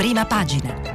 Prima pagina.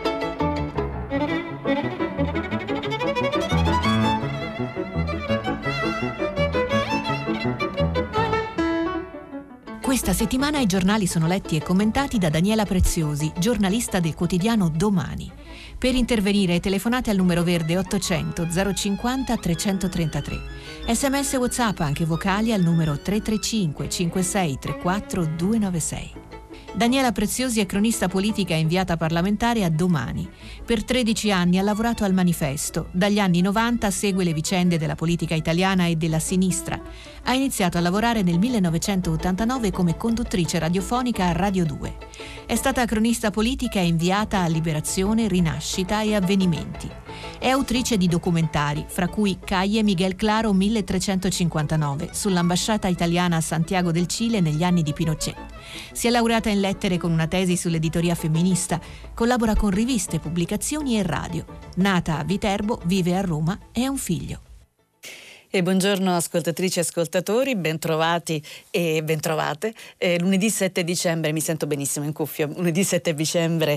Questa settimana i giornali sono letti e commentati da Daniela Preziosi, giornalista del quotidiano Domani. Per intervenire telefonate al numero verde 800 050 333. SMS WhatsApp anche vocali al numero 335 56 34 296. Daniela Preziosi è cronista politica e inviata parlamentare a Domani. Per 13 anni ha lavorato al Manifesto. Dagli anni 90 segue le vicende della politica italiana e della sinistra. Ha iniziato a lavorare nel 1989 come conduttrice radiofonica a Radio 2. È stata cronista politica e inviata a Liberazione, Rinascita e Avvenimenti. È autrice di documentari, fra cui Calle Miguel Claro 1359, sull'ambasciata italiana a Santiago del Cile negli anni di Pinochet. Si è laureata in lettere con una tesi sull'editoria femminista, collabora con riviste, pubblicazioni e radio. Nata a Viterbo, vive a Roma e ha un figlio. E buongiorno ascoltatrici e ascoltatori, bentrovati e bentrovate. Lunedì 7 dicembre, mi sento benissimo in cuffia, lunedì 7 dicembre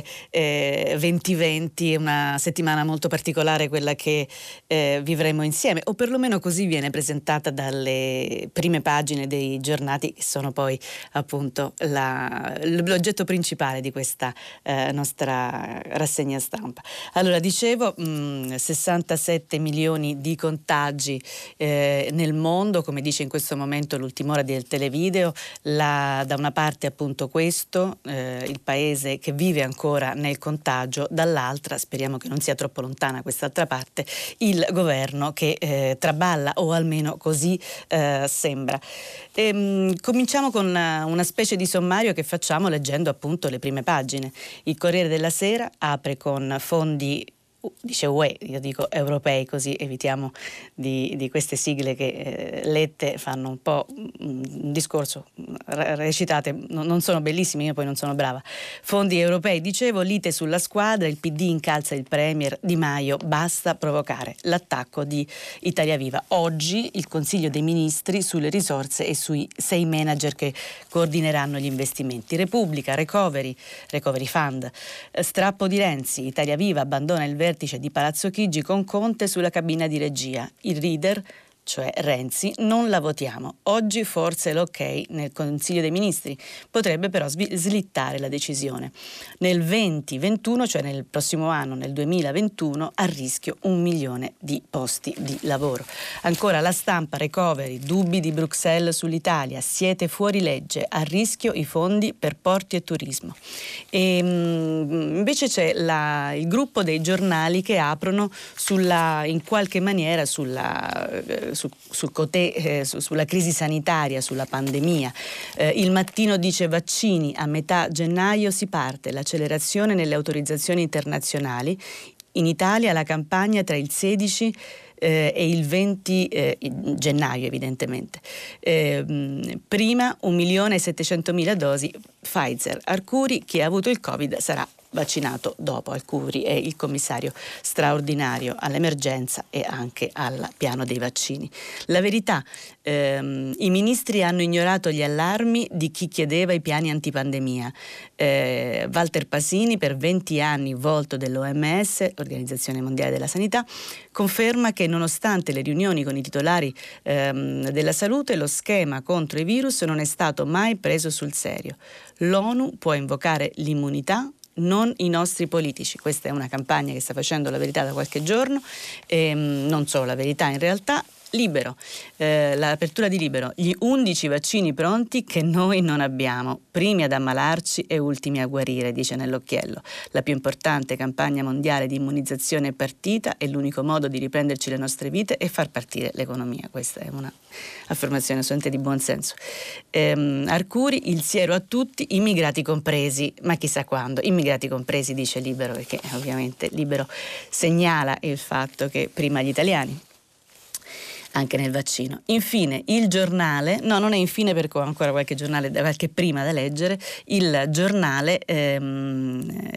2020, è una settimana molto particolare quella che vivremo insieme, o perlomeno così viene presentata dalle prime pagine dei giornali, che sono poi appunto l'oggetto principale di questa nostra rassegna stampa. Allora, dicevo, 67 milioni di contagi nel mondo, come dice in questo momento l'ultima ora del televideo, da una parte appunto questo, il paese che vive ancora nel contagio, dall'altra, speriamo che non sia troppo lontana quest'altra parte, il governo che traballa, o almeno così sembra. Cominciamo con una specie di sommario che facciamo leggendo appunto le prime pagine. Il Corriere della Sera apre con fondi, dice UE, io dico europei, così evitiamo di queste sigle che lette fanno un po' un discorso, recitate, non sono bellissime, io poi non sono brava. Fondi europei, dicevo, lite sulla squadra, il PD incalza il premier Di Maio, basta provocare l'attacco di Italia Viva. Oggi il Consiglio dei Ministri sulle risorse e sui 6 manager che coordineranno gli investimenti. Repubblica, recovery fund, strappo di Renzi, Italia Viva abbandona il vertice di Palazzo Chigi con Conte sulla cabina di regia. Il leader, cioè Renzi, non la votiamo. Oggi forse l'ok nel Consiglio dei Ministri, potrebbe però slittare la decisione. Nel 2021, cioè nel prossimo anno, nel 2021, a rischio 1 milione di posti di lavoro. Ancora La Stampa, recovery, dubbi di Bruxelles sull'Italia, siete fuori legge, a rischio i fondi per porti e turismo. E invece c'è il gruppo dei giornali che aprono in qualche maniera sulla crisi sanitaria, sulla pandemia. Il Mattino dice vaccini, a metà gennaio si parte, l'accelerazione nelle autorizzazioni internazionali. In Italia la campagna tra il 16 e il 20 gennaio evidentemente. Prima 1.700.000 dosi Pfizer. Arcuri, chi ha avuto il Covid sarà vaccinato dopo. Arcuri è il commissario straordinario all'emergenza e anche al piano dei vaccini. La Verità, i ministri hanno ignorato gli allarmi di chi chiedeva i piani antipandemia. Walter Pasini, per 20 anni volto dell'OMS, Organizzazione Mondiale della Sanità, conferma che nonostante le riunioni con i titolari della salute, lo schema contro i virus non è stato mai preso sul serio. L'ONU può invocare l'immunità, non i nostri politici. Questa è una campagna che sta facendo La Verità da qualche giorno, non solo La Verità in realtà. Libero, l'apertura di Libero, gli 11 vaccini pronti che noi non abbiamo, primi ad ammalarci e ultimi a guarire, dice nell'occhiello. La più importante campagna mondiale di immunizzazione è partita e l'unico modo di riprenderci le nostre vite è far partire l'economia. Questa è una affermazione assolutamente di buon senso. Arcuri, il siero a tutti, immigrati compresi, ma chissà quando, immigrati compresi, dice Libero, perché ovviamente Libero segnala il fatto che prima gli italiani, anche nel vaccino. Infine il Giornale, no, non è infine perché ho ancora qualche giornale, qualche prima da leggere. Il Giornale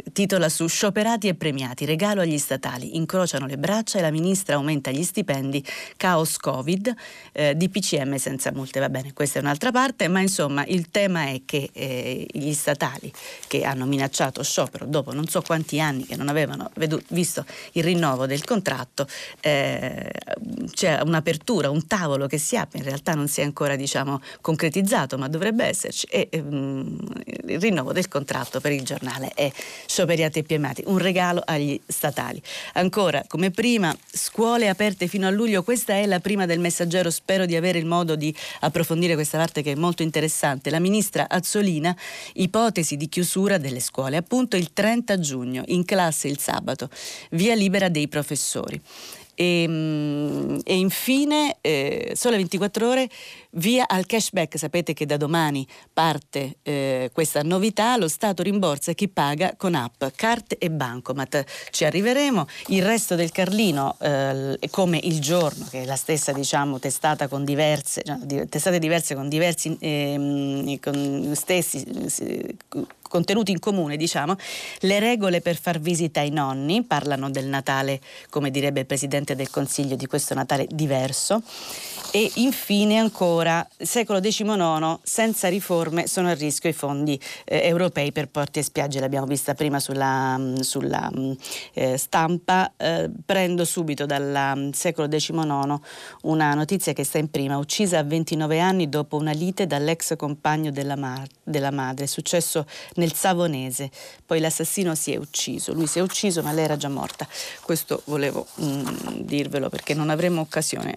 titola su scioperati e premiati, regalo agli statali, incrociano le braccia e la ministra aumenta gli stipendi, caos Covid, DPCM senza multe. Va bene, questa è un'altra parte, ma insomma il tema è che gli statali che hanno minacciato sciopero dopo non so quanti anni che non avevano visto il rinnovo del contratto, c'è un'apertura, un tavolo che si apre, in realtà non si è ancora concretizzato, ma dovrebbe esserci, e il rinnovo del contratto per il giornale è scioperiati e premiati, un regalo agli statali. Ancora come prima, scuole aperte fino a luglio, questa è la prima del Messaggero, spero di avere il modo di approfondire questa parte che è molto interessante. La ministra Azzolina, ipotesi di chiusura delle scuole appunto il 30 giugno, in classe il sabato, via libera dei professori. E infine Sole 24 Ore, via al cashback. Sapete che da domani parte questa novità, lo Stato rimborsa chi paga con app, carte e bancomat. Ci arriveremo. Il Resto del Carlino, come Il Giorno, che è la stessa testata con testate diverse con diversi con stessi contenuti in comune, le regole per far visita ai nonni, parlano del Natale, come direbbe il Presidente del Consiglio, di questo Natale diverso. E infine ancora, secolo XIX, senza riforme sono a rischio i fondi europei per porti e spiagge, l'abbiamo vista prima sulla stampa. Prendo subito dal secolo XIX una notizia che sta in prima: uccisa a 29 anni dopo una lite dall'ex compagno della madre, è successo nel Savonese, poi l'assassino si è ucciso, lui si è ucciso ma lei era già morta. Questo volevo dirvelo perché non avremo occasione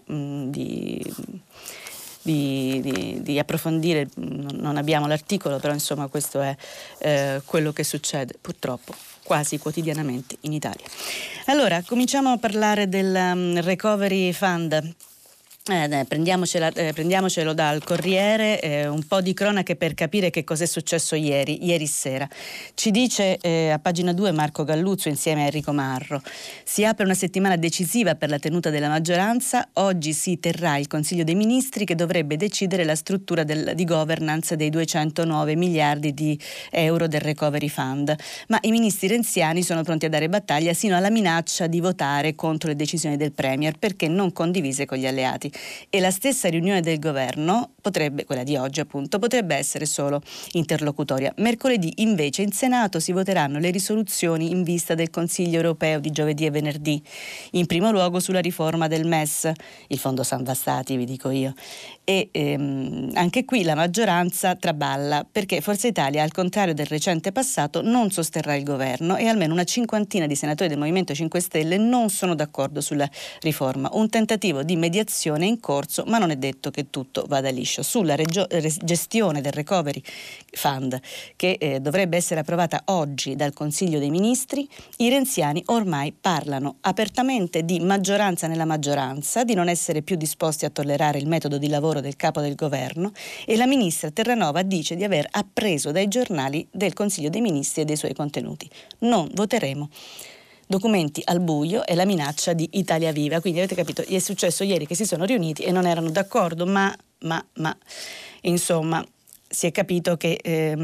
di approfondire, non abbiamo l'articolo, però insomma questo è quello che succede purtroppo quasi quotidianamente in Italia. Allora, cominciamo a parlare del Recovery Fund. Prendiamocelo dal Corriere, un po' di cronache per capire che cos'è successo ieri sera. Ci dice a pagina 2 Marco Galluzzo insieme a Enrico Marro: si apre una settimana decisiva per la tenuta della maggioranza. Oggi si terrà il Consiglio dei Ministri che dovrebbe decidere la struttura di governance dei 209 miliardi di euro del Recovery Fund, ma i ministri renziani sono pronti a dare battaglia sino alla minaccia di votare contro le decisioni del Premier perché non condivise con gli alleati. E la stessa riunione del governo quella di oggi appunto, potrebbe essere solo interlocutoria. Mercoledì invece in Senato si voteranno le risoluzioni in vista del Consiglio europeo di giovedì e venerdì, in primo luogo sulla riforma del MES, il Fondo Salva Stati, vi dico io. E anche qui la maggioranza traballa perché Forza Italia, al contrario del recente passato, non sosterrà il governo e almeno una cinquantina di senatori del Movimento 5 Stelle non sono d'accordo sulla riforma. Un tentativo di mediazione in corso, ma non è detto che tutto vada liscio. Sulla gestione del Recovery Fund, che dovrebbe essere approvata oggi dal Consiglio dei Ministri, i renziani ormai parlano apertamente di maggioranza nella maggioranza, di non essere più disposti a tollerare il metodo di lavoro del capo del governo, e la ministra Terranova dice di aver appreso dai giornali del Consiglio dei Ministri e dei suoi contenuti. Non voteremo. Documenti al buio e la minaccia di Italia Viva. Quindi avete capito, gli è successo ieri che si sono riuniti e non erano d'accordo, ma insomma si è capito che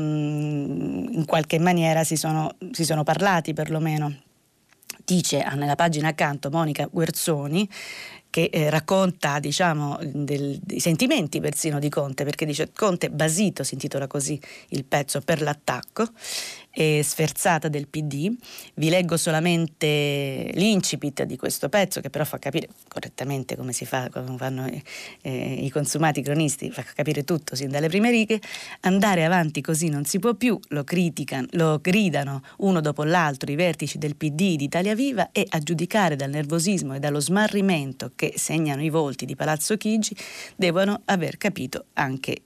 in qualche maniera si sono parlati perlomeno. Dice nella pagina accanto Monica Guerzoni, che racconta dei sentimenti persino di Conte, perché dice: Conte basito, si intitola così il pezzo, per l'attacco e sferzata del PD. Vi leggo solamente l'incipit di questo pezzo, che però fa capire correttamente come si fa, come fanno i consumati cronisti, fa capire tutto sin dalle prime righe. Andare avanti così non si può più, lo gridano uno dopo l'altro i vertici del PD di Italia Viva, e a giudicare dal nervosismo e dallo smarrimento che segnano i volti di Palazzo Chigi deve averlo capito anche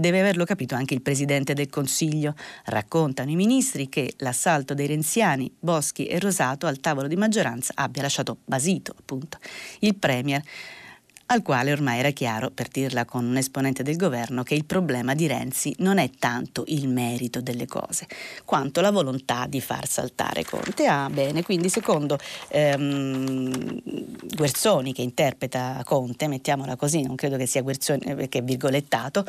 il Presidente del Consiglio. Raccontano i ministri che l'assalto dei renziani, Boschi e Rosato al tavolo di maggioranza abbia lasciato basito appunto il Premier. al quale ormai era chiaro, per dirla con un esponente del governo, che il problema di Renzi non è tanto il merito delle cose, quanto la volontà di far saltare Conte. Bene, quindi secondo Guerzoni, che interpreta Conte, mettiamola così, non credo che sia Guerzoni perché è virgolettato,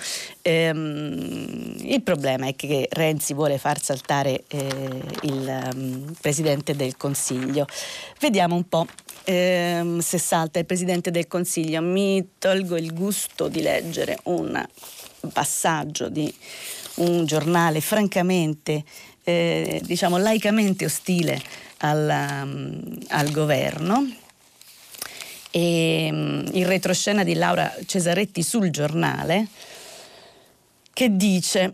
il problema è che Renzi vuole far saltare il Presidente del Consiglio. Vediamo un po' se salta il Presidente del Consiglio. Mi tolgo il gusto di leggere un passaggio di un giornale francamente, diciamo laicamente ostile al governo, e il retroscena di Laura Cesaretti sul Giornale, che dice,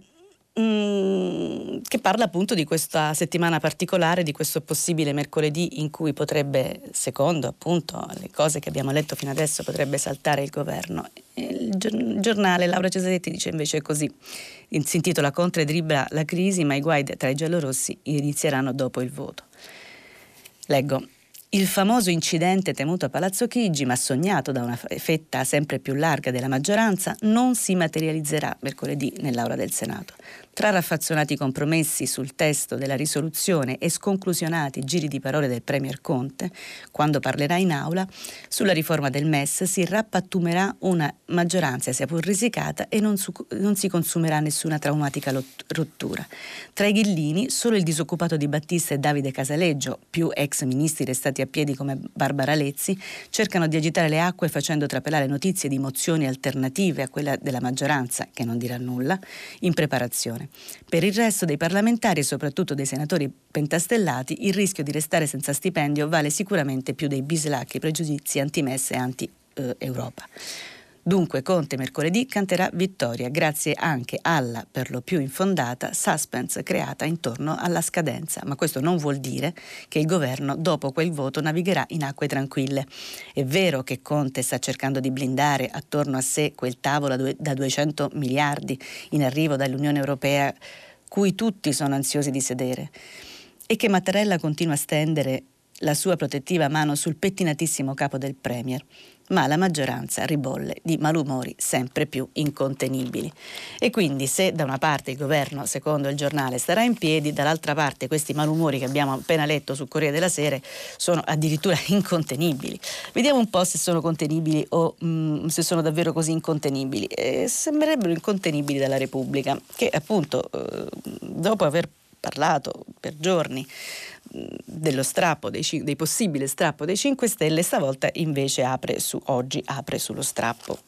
che parla appunto di questa settimana particolare, di questo possibile mercoledì in cui potrebbe, secondo appunto le cose che abbiamo letto fino adesso, potrebbe saltare il governo. Il giornale Laura Cesaretti dice invece così, si intitola "Conte dribbla la crisi, ma i guai tra i giallorossi inizieranno dopo il voto". Leggo: il famoso incidente temuto a Palazzo Chigi, ma sognato da una fetta sempre più larga della maggioranza, non si materializzerà mercoledì nell'Aula del Senato. Tra raffazzonati compromessi sul testo della risoluzione e sconclusionati giri di parole del Premier Conte, quando parlerà in aula, sulla riforma del MES si rappattumerà una maggioranza sia pur risicata e non si consumerà nessuna traumatica rottura. Tra i ghillini, solo il disoccupato Di Battista e Davide Casaleggio, più ex ministri restati a piedi come Barbara Lezzi, cercano di agitare le acque facendo trapelare notizie di mozioni alternative a quella della maggioranza, che non dirà nulla, in preparazione. Per il resto dei parlamentari e soprattutto dei senatori pentastellati, il rischio di restare senza stipendio vale sicuramente più dei bislacchi pregiudizi anti-MES e anti-Europa. Dunque Conte mercoledì canterà vittoria, grazie anche alla, per lo più infondata, suspense creata intorno alla scadenza. Ma questo non vuol dire che il governo dopo quel voto navigherà in acque tranquille. È vero che Conte sta cercando di blindare attorno a sé quel tavolo da 200 miliardi in arrivo dall'Unione Europea, cui tutti sono ansiosi di sedere, e che Mattarella continua a stendere la sua protettiva mano sul pettinatissimo capo del Premier, ma la maggioranza ribolle di malumori sempre più incontenibili. E quindi se da una parte il governo, secondo il giornale, starà in piedi, dall'altra parte questi malumori che abbiamo appena letto sul Corriere della Sera sono addirittura incontenibili. Vediamo un po' se sono contenibili o se sono davvero così incontenibili. Sembrerebbero incontenibili dalla Repubblica, che appunto dopo aver parlato per giorni dello strappo dei possibile strappo dei 5 Stelle, stavolta invece oggi apre sullo strappo,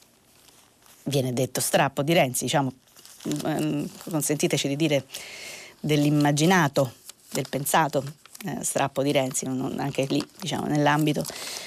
viene detto strappo di Renzi, diciamo, consentiteci di dire dell'immaginato, del pensato strappo di Renzi, anche lì diciamo nell'ambito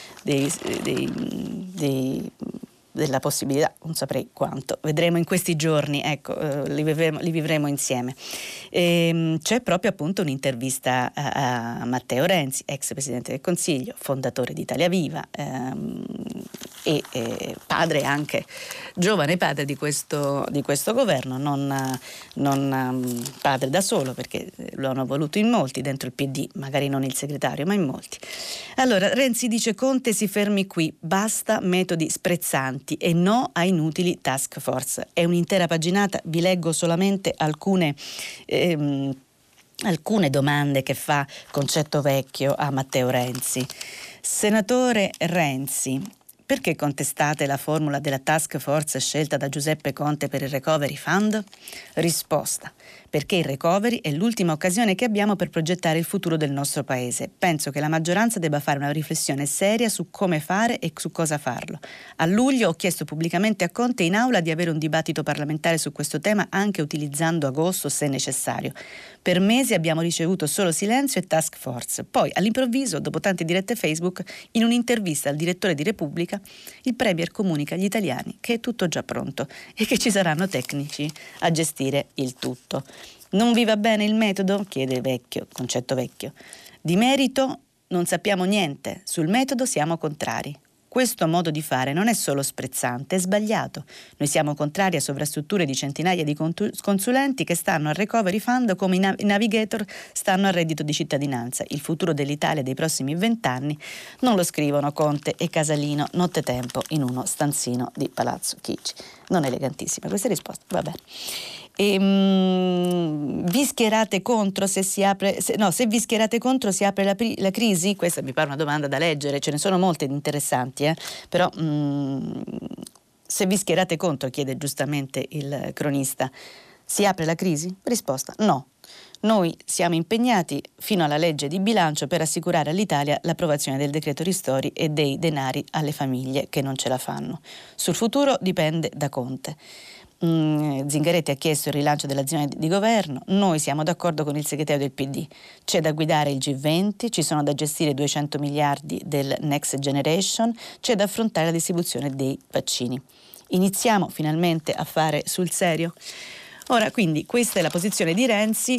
della possibilità, non saprei quanto, vedremo in questi giorni, ecco, li vivremo insieme. C'è proprio appunto un'intervista a Matteo Renzi, ex Presidente del Consiglio, fondatore di Italia Viva, e padre anche, giovane padre di questo governo, non padre da solo, perché lo hanno voluto in molti dentro il PD, magari non il segretario, ma in molti. Allora, Renzi dice: Conte si fermi qui, basta metodi sprezzanti e no a inutili task force. È un'intera paginata, vi leggo solamente alcune domande che fa Concetto Vecchio a Matteo Renzi. Senatore Renzi, perché contestate la formula della task force scelta da Giuseppe Conte per il Recovery Fund? Risposta: perché il recovery è l'ultima occasione che abbiamo per progettare il futuro del nostro paese. Penso che la maggioranza debba fare una riflessione seria su come fare e su cosa farlo. A luglio ho chiesto pubblicamente a Conte in aula di avere un dibattito parlamentare su questo tema, anche utilizzando agosto se necessario. Per mesi abbiamo ricevuto solo silenzio e task force. Poi all'improvviso, dopo tante dirette Facebook, in un'intervista al direttore di Repubblica, il Premier comunica agli italiani che è tutto già pronto e che ci saranno tecnici a gestire il tutto. Non vi va bene il metodo? Chiede Concetto Vecchio. Di merito non sappiamo niente, sul metodo siamo contrari. Questo modo di fare non è solo sprezzante, è sbagliato. Noi siamo contrari a sovrastrutture di centinaia di consulenti che stanno al recovery fund come i navigator stanno al reddito di cittadinanza. Il futuro dell'Italia dei prossimi 20 anni non lo scrivono Conte e Casalino nottetempo in uno stanzino di Palazzo Chigi. Non elegantissima questa risposta, va bene. Vi schierate contro se vi schierate contro si apre la crisi? Questa mi pare una domanda da leggere, ce ne sono molte interessanti, però se vi schierate contro, chiede giustamente il cronista, si apre la crisi? Risposta: no. Noi siamo impegnati fino alla legge di bilancio per assicurare all'Italia l'approvazione del decreto ristori e dei denari alle famiglie che non ce la fanno. Sul futuro dipende da Conte. Zingaretti ha chiesto il rilancio dell'azione di governo, noi siamo d'accordo con il segretario del PD, c'è da guidare il G20, ci sono da gestire 200 miliardi del Next Generation, c'è da affrontare la distribuzione dei vaccini. Iniziamo finalmente a fare sul serio? Ora, quindi, questa è la posizione di Renzi,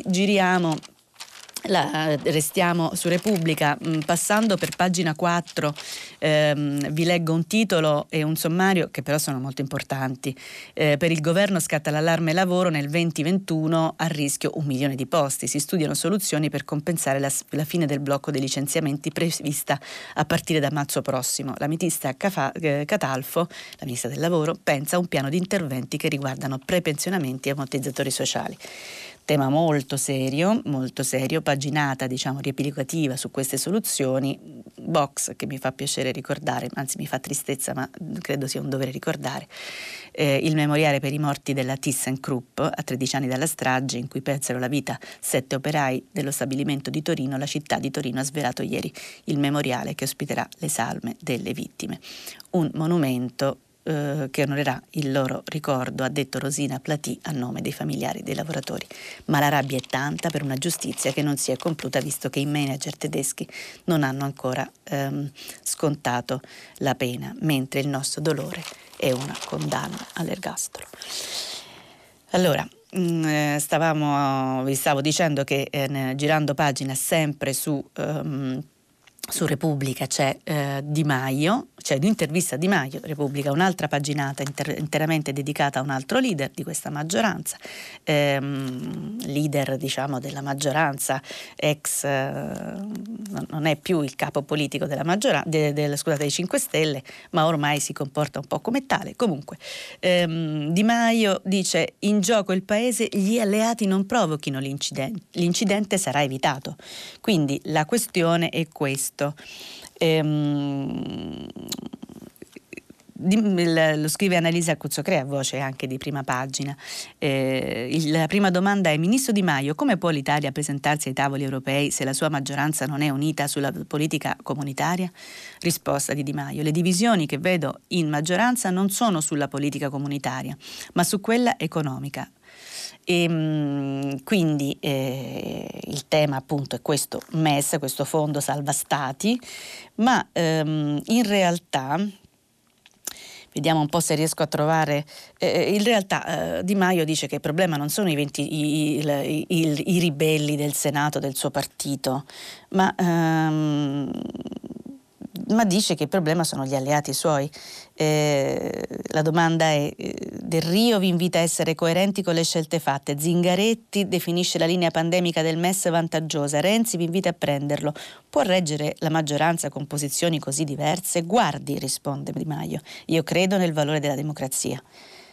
restiamo su Repubblica, passando per pagina 4 vi leggo un titolo e un sommario che però sono molto importanti. Per il governo scatta l'allarme lavoro, nel 2021 a rischio 1 milione di posti, si studiano soluzioni per compensare la fine del blocco dei licenziamenti prevista a partire da marzo prossimo. La ministra Catalfo, la ministra del lavoro, pensa a un piano di interventi che riguardano prepensionamenti e ammortizzatori sociali. Tema molto serio, paginata riepilogativa su queste soluzioni, box che mi fa piacere ricordare, anzi mi fa tristezza ma credo sia un dovere ricordare, il memoriale per i morti della ThyssenKrupp a 13 anni dalla strage in cui persero la vita 7 operai dello stabilimento di Torino. La città di Torino ha svelato ieri il memoriale che ospiterà le salme delle vittime, un monumento che onorerà il loro ricordo, ha detto Rosina Platì a nome dei familiari dei lavoratori. Ma la rabbia è tanta per una giustizia che non si è compiuta, visto che i manager tedeschi non hanno ancora scontato la pena, mentre il nostro dolore è una condanna all'ergastolo. Allora, vi stavo dicendo che girando pagina sempre su Repubblica c'è Di Maio, c'è un'intervista a Di Maio, Repubblica, un'altra paginata interamente dedicata a un altro leader di questa maggioranza, leader della maggioranza, non è più il capo politico della maggioranza, dei 5 Stelle, ma ormai si comporta un po' come tale. Comunque, Di Maio dice: in gioco il paese, gli alleati non provochino l'incidente sarà evitato. Quindi la questione è questo. Lo scrive Annalisa Cuzzocrea a voce anche di Prima Pagina. La prima domanda è: Ministro Di Maio, come può l'Italia presentarsi ai tavoli europei se la sua maggioranza non è unita sulla politica comunitaria? Risposta di Di Maio: le divisioni che vedo in maggioranza non sono sulla politica comunitaria, ma su quella economica. Quindi il tema appunto è questo MES, questo fondo salva stati, ma in realtà vediamo un po' se riesco a trovare, in realtà Di Maio dice che il problema non sono i ribelli del Senato del suo partito, ma dice che il problema sono gli alleati suoi. La domanda è: Del Rio vi invita a essere coerenti con le scelte fatte, Zingaretti definisce la linea pandemica del MES vantaggiosa, Renzi vi invita a prenderlo. Può reggere la maggioranza con posizioni così diverse? Guardi, risponde Di Maio, io credo nel valore della democrazia.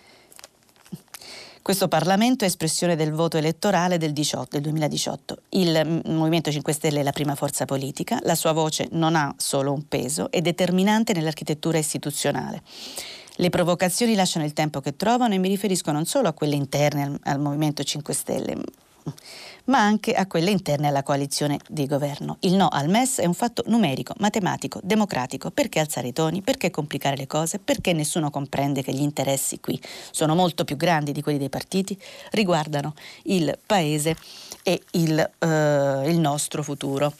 Questo Parlamento è espressione del voto elettorale del 2018. Il Movimento 5 Stelle è la prima forza politica, la sua voce non ha solo un peso, è determinante nell'architettura istituzionale. Le provocazioni lasciano il tempo che trovano e mi riferisco non solo a quelle interne al Movimento 5 Stelle, ma anche a quelle interne alla coalizione di governo. Il no al MES è un fatto numerico, matematico, democratico. Perché alzare i toni? Perché complicare le cose? Perché nessuno comprende che gli interessi qui sono molto più grandi di quelli dei partiti, riguardano il paese e il nostro futuro.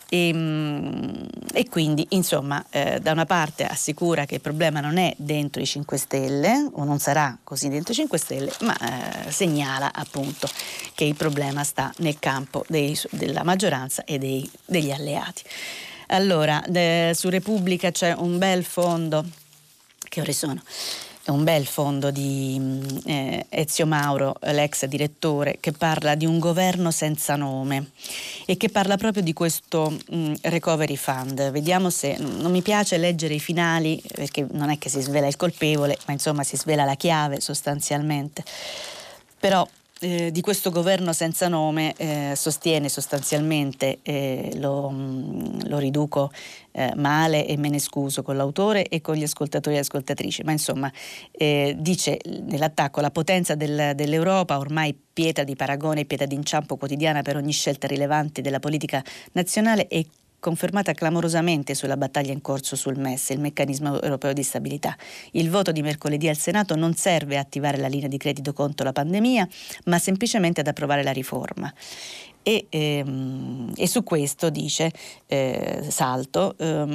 E quindi insomma da una parte assicura che il problema non è dentro i 5 Stelle o non sarà così dentro i 5 Stelle, ma segnala appunto che il problema sta nel campo della maggioranza e degli alleati. Allora, su Repubblica c'è un bel fondo, che ore sono? È un bel fondo di Ezio Mauro, l'ex direttore, che parla di un governo senza nome e che parla proprio di questo recovery fund. Vediamo se, non mi piace leggere i finali perché non è che si svela il colpevole, ma insomma si svela la chiave sostanzialmente. Però di questo governo senza nome sostiene sostanzialmente, lo riduco male e me ne scuso con l'autore e con gli ascoltatori e ascoltatrici, ma insomma dice nell'attacco: la potenza dell'Europa, ormai pietra di paragone e pietra d'inciampo quotidiana per ogni scelta rilevante della politica nazionale, è confermata clamorosamente sulla battaglia in corso sul MES, il meccanismo europeo di stabilità. Il voto di mercoledì al Senato non serve a attivare la linea di credito contro la pandemia, ma semplicemente ad approvare la riforma. E su questo, dice Salto,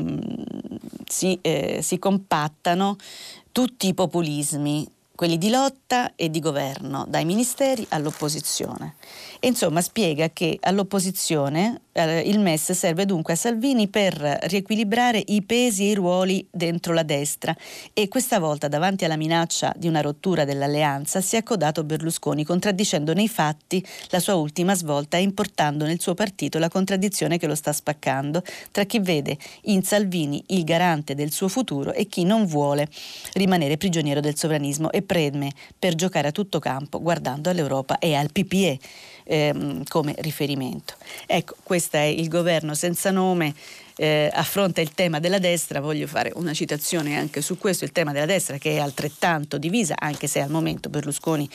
si compattano tutti i populismi, quelli di lotta e di governo, dai ministeri all'opposizione. E insomma spiega che all'opposizione il MES serve dunque a Salvini per riequilibrare i pesi e i ruoli dentro la destra, e questa volta davanti alla minaccia di una rottura dell'alleanza si è accodato Berlusconi, contraddicendo nei fatti la sua ultima svolta e importando nel suo partito la contraddizione che lo sta spaccando tra chi vede in Salvini il garante del suo futuro e chi non vuole rimanere prigioniero del sovranismo e preme per giocare a tutto campo guardando all'Europa e al PPE come riferimento. Ecco, questo è il governo senza nome. Affronta il tema della destra. Voglio fare una citazione anche su questo, il tema della destra, che è altrettanto divisa, anche se al momento Berlusconi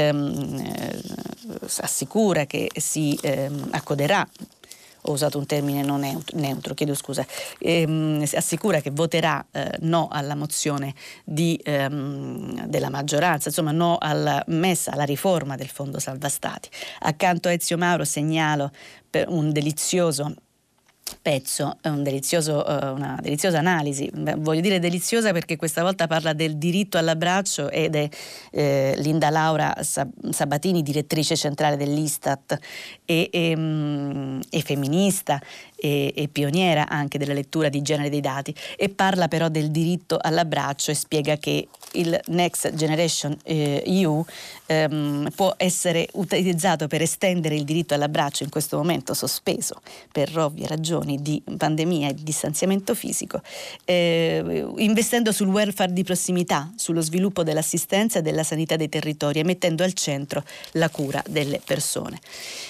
assicura che si accoderà, ho usato un termine non neutro, chiedo scusa, assicura che voterà no alla mozione della maggioranza, insomma no alla messa alla riforma del Fondo Salva Stati. Accanto a Ezio Mauro segnalo per un delizioso pezzo, una deliziosa analisi. Voglio dire deliziosa perché questa volta parla del diritto all'abbraccio ed è Linda Laura Sabatini, direttrice centrale dell'Istat e femminista e pioniera anche della lettura di genere dei dati, e parla però del diritto all'abbraccio e spiega che il Next Generation EU può essere utilizzato per estendere il diritto all'abbraccio, in questo momento sospeso per ovvie ragioni di pandemia e di distanziamento fisico, investendo sul welfare di prossimità, sullo sviluppo dell'assistenza e della sanità dei territori e mettendo al centro la cura delle persone.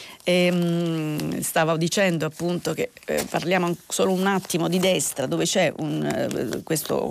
Stavo dicendo appunto che parliamo solo un attimo di destra, dove c'è un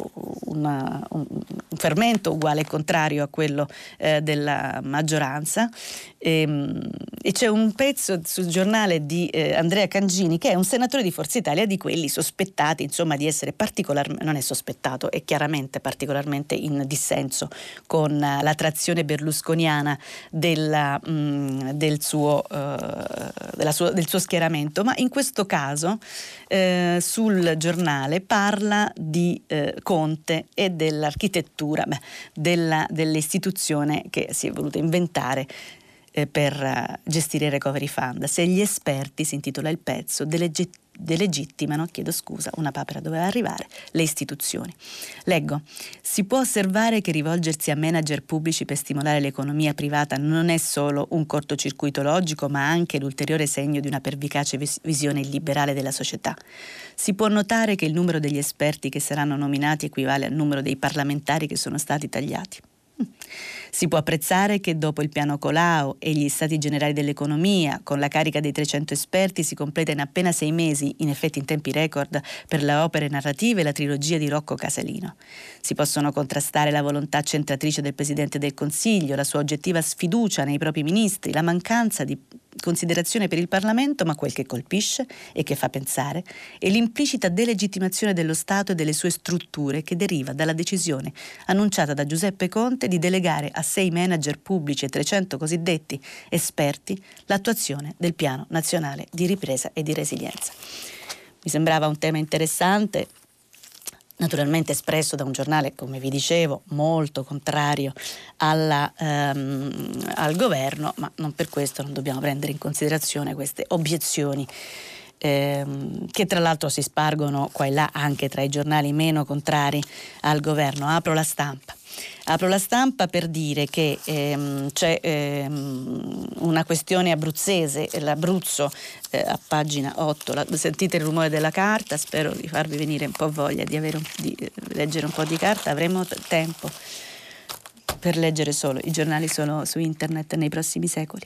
fermento uguale e contrario a quello della maggioranza, e c'è un pezzo sul giornale di Andrea Cangini, che è un senatore di Forza Italia, di quelli sospettati insomma di essere particolarmente, non è sospettato, è chiaramente particolarmente in dissenso con la trazione berlusconiana del suo schieramento, ma in questo caso sul giornale parla di Conte e dell'architettura dell'istituzione che si è voluta inventare per gestire il recovery fund. Se gli esperti, si intitola il pezzo, delegittimano, una papera doveva arrivare, le istituzioni. Leggo: si può osservare che rivolgersi a manager pubblici per stimolare l'economia privata non è solo un cortocircuito logico, ma anche l'ulteriore segno di una pervicace visione illiberale della società. Si può notare che il numero degli esperti che saranno nominati equivale al numero dei parlamentari che sono stati tagliati. Si può apprezzare che dopo il piano Colau e gli stati generali dell'economia, con la carica dei 300 esperti, si completa in appena 6 mesi, in effetti in tempi record, per le opere narrative la trilogia di Rocco Casalino. Si possono contrastare la volontà centratrice del Presidente del Consiglio, la sua oggettiva sfiducia nei propri ministri, la mancanza di considerazione per il Parlamento, ma quel che colpisce e che fa pensare è l'implicita delegittimazione dello Stato e delle sue strutture, che deriva dalla decisione annunciata da Giuseppe Conte di delegare a 6 manager pubblici e 300 cosiddetti esperti l'attuazione del Piano Nazionale di Ripresa e di Resilienza. Mi sembrava un tema interessante, naturalmente espresso da un giornale, come vi dicevo, molto contrario al governo, ma non per questo non dobbiamo prendere in considerazione queste obiezioni che tra l'altro si spargono qua e là anche tra i giornali meno contrari al governo. Apro la Stampa per dire che c'è una questione abruzzese, l'Abruzzo, a pagina 8, sentite il rumore della carta, spero di farvi venire un po' voglia di leggere un po' di carta, avremo tempo per leggere solo i giornali solo su internet nei prossimi secoli.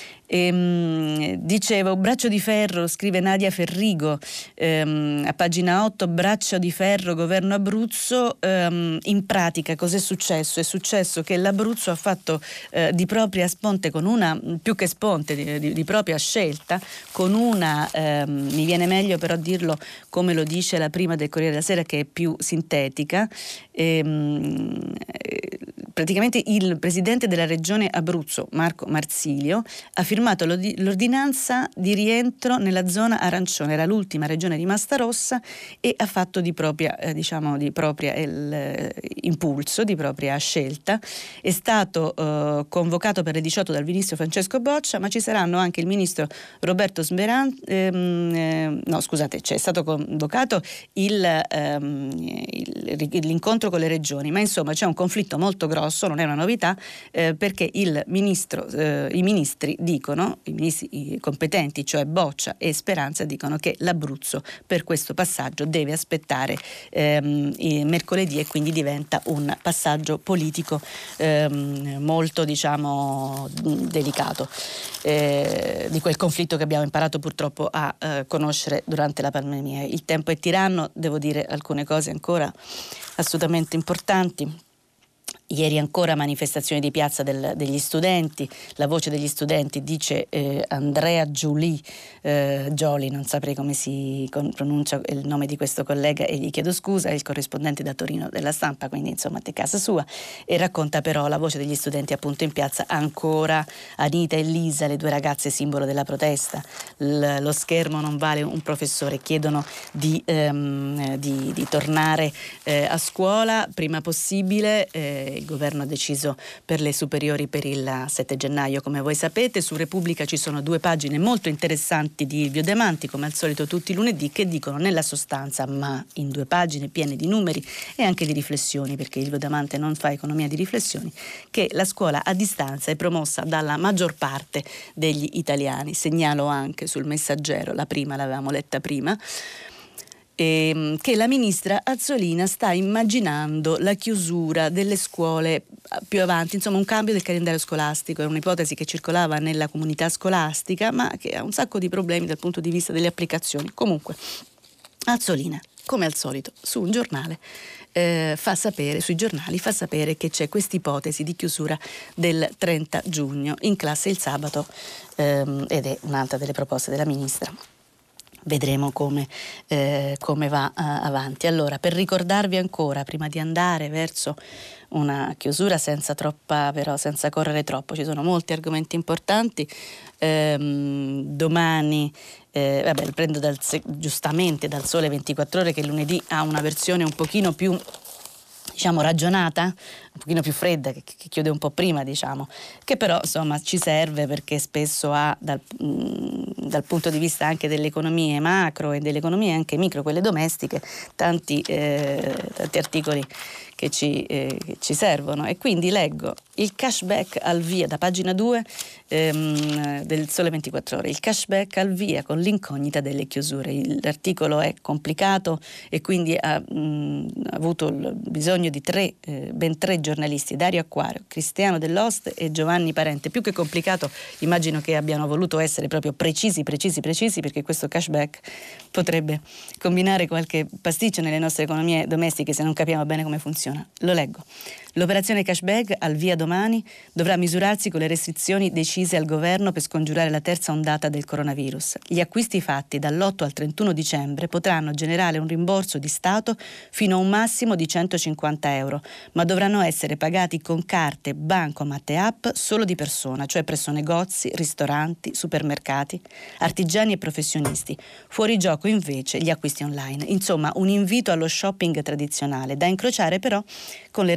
Dicevo, braccio di ferro, scrive Nadia Ferrigo, a pagina 8, braccio di ferro governo Abruzzo. In pratica cos'è successo? È successo che l'Abruzzo ha fatto di propria sponte, con una, più che sponte, di propria scelta, con una, mi viene meglio però dirlo come lo dice la prima del Corriere della Sera, che è più sintetica. Praticamente il presidente della regione Abruzzo, Marco Marsilio, ha firmato l'ordinanza di rientro nella zona arancione, era l'ultima regione rimasta rossa, e ha fatto di propria impulso, di propria scelta. È stato convocato per le 18 dal ministro Francesco Boccia, ma ci saranno anche il ministro Roberto Smerante, c'è stato convocato l'incontro con le regioni, ma insomma c'è un conflitto molto grosso, non è una novità, perché i ministri dicono, i ministri competenti, cioè Boccia e Speranza, dicono che l'Abruzzo per questo passaggio deve aspettare mercoledì, e quindi diventa un passaggio politico molto, delicato, di quel conflitto che abbiamo imparato purtroppo a conoscere durante la pandemia. Il tempo è tiranno, devo dire alcune cose ancora assolutamente importanti. Ieri ancora manifestazioni di piazza degli studenti, la voce degli studenti, dice Andrea Gioli, non saprei come si pronuncia il nome di questo collega e gli chiedo scusa, è il corrispondente da Torino della Stampa, quindi insomma è casa sua, e racconta però la voce degli studenti appunto in piazza, ancora Anita e Lisa, le due ragazze simbolo della protesta, lo schermo non vale un professore, chiedono di tornare a scuola prima possibile. Il governo ha deciso per le superiori per il 7 gennaio, come voi sapete. Su Repubblica ci sono 2 pagine molto interessanti di Ilvio Demanti, come al solito tutti i lunedì, che dicono nella sostanza, ma in 2 pagine piene di numeri e anche di riflessioni, perché Ilvio Demanti non fa economia di riflessioni, che la scuola a distanza è promossa dalla maggior parte degli italiani. Segnalo anche sul Messaggero, la prima l'avevamo letta prima, che la ministra Azzolina sta immaginando la chiusura delle scuole più avanti, insomma un cambio del calendario scolastico. È un'ipotesi che circolava nella comunità scolastica, ma che ha un sacco di problemi dal punto di vista delle applicazioni. Comunque Azzolina, come al solito, su un giornale sui giornali fa sapere che c'è questa ipotesi di chiusura del 30 giugno in classe il sabato, ed è un'altra delle proposte della ministra. Vedremo come va avanti. Allora, per ricordarvi ancora, prima di andare verso una chiusura senza correre troppo, ci sono molti argomenti importanti. Domani lo prendo giustamente dal Sole 24 Ore, che lunedì ha una versione un pochino più ragionata, un pochino più fredda, che chiude un po' prima, che però insomma ci serve, perché spesso ha dal punto di vista anche delle economie macro e delle economie anche micro, quelle domestiche, tanti articoli che ci servono. E quindi leggo il cashback al via, da pagina 2 del Sole 24 Ore, il cashback al via con l'incognita delle chiusure. L'articolo è complicato e quindi ha avuto il bisogno di ben tre giornalisti, Dario Acquario, Cristiano Dell'Ost e Giovanni Parente. Più che complicato, immagino che abbiano voluto essere proprio precisi, perché questo cashback potrebbe combinare qualche pasticcio nelle nostre economie domestiche se non capiamo bene come funziona. Lo leggo. L'operazione cashback al via domani dovrà misurarsi con le restrizioni decise al governo per scongiurare la terza ondata del coronavirus. Gli acquisti fatti dall'8 al 31 dicembre potranno generare un rimborso di Stato fino a un massimo di 150 euro, ma dovranno essere pagati con carte, bancomat e app solo di persona, cioè presso negozi, ristoranti, supermercati, artigiani e professionisti. Fuori gioco invece gli acquisti online. Insomma, un invito allo shopping tradizionale, da incrociare però con le restrizioni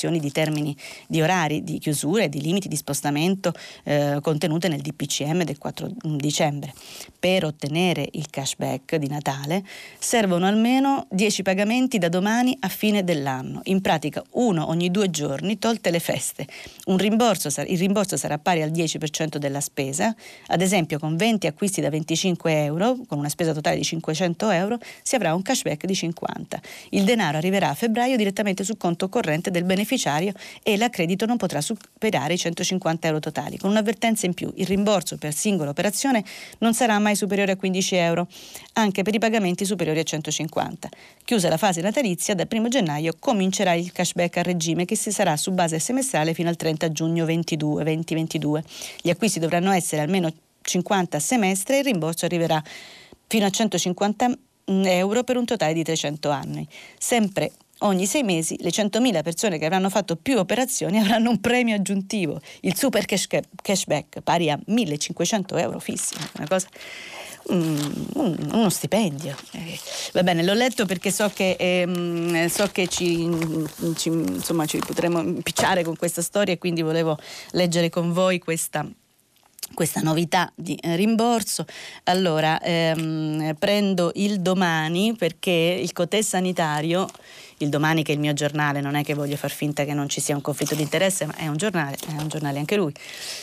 disposizioni di termini di orari, di chiusure e di limiti di spostamento contenute nel DPCM del 4 dicembre. Per ottenere il cashback di Natale servono almeno 10 pagamenti da domani a fine dell'anno, in pratica uno ogni 2 giorni, tolte le feste. Il rimborso sarà pari al 10% della spesa, ad esempio con 20 acquisti da 25 euro, con una spesa totale di 500 euro, si avrà un cashback di 50. Il denaro arriverà a febbraio direttamente sul conto corrente del beneficiario e l'accredito non potrà superare i 150 euro totali. Con un'avvertenza in più: il rimborso per singola operazione non sarà mai superiore a 15 euro, anche per i pagamenti superiori a 150. Chiusa la fase natalizia, dal 1 gennaio comincerà il cashback a regime, che si sarà su base semestrale fino al 30 giugno 2022. Gli acquisti dovranno essere almeno 50 a semestre e il rimborso arriverà fino a 150 euro per un totale di 300 anni. Sempre ogni 6 mesi le 100.000 persone che avranno fatto più operazioni avranno un premio aggiuntivo, il super cashback pari a 1.500 euro fissi, una cosa, uno stipendio. Va bene, l'ho letto perché so che ci potremo impicciare con questa storia e quindi volevo leggere con voi questa novità di rimborso. Allora, prendo il Domani, perché il Cotè Sanitario, il Domani che è il mio giornale, non è che voglio far finta che non ci sia un conflitto di interesse, ma è un giornale anche lui.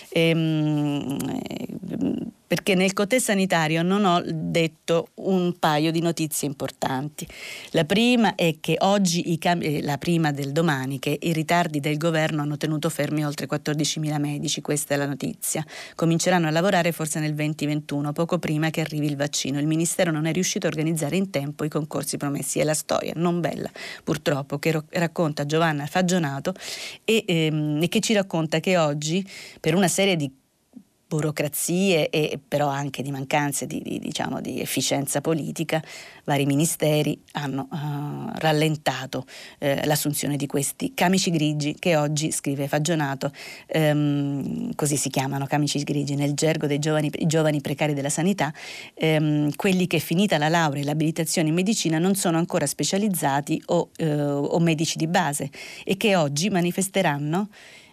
Perché nel Cotè Sanitario non ho detto un paio di notizie importanti. La prima è che oggi la prima del Domani, che i ritardi del governo hanno tenuto fermi oltre 14.000 medici, questa è la notizia. Cominceranno a lavorare forse nel 2021, poco prima che arrivi il vaccino. Il Ministero non è riuscito a organizzare in tempo i concorsi promessi. È la storia non bella, purtroppo, che racconta Giovanna Fagionato e che ci racconta che oggi, per una serie di burocrazie e però anche di mancanze di efficienza politica, vari ministeri hanno rallentato l'assunzione di questi camici grigi, che oggi, scrive Fagionato, così si chiamano, camici grigi nel gergo dei giovani precari della sanità, quelli che, finita la laurea e l'abilitazione in medicina, non sono ancora specializzati o medici di base, e che oggi manifesteranno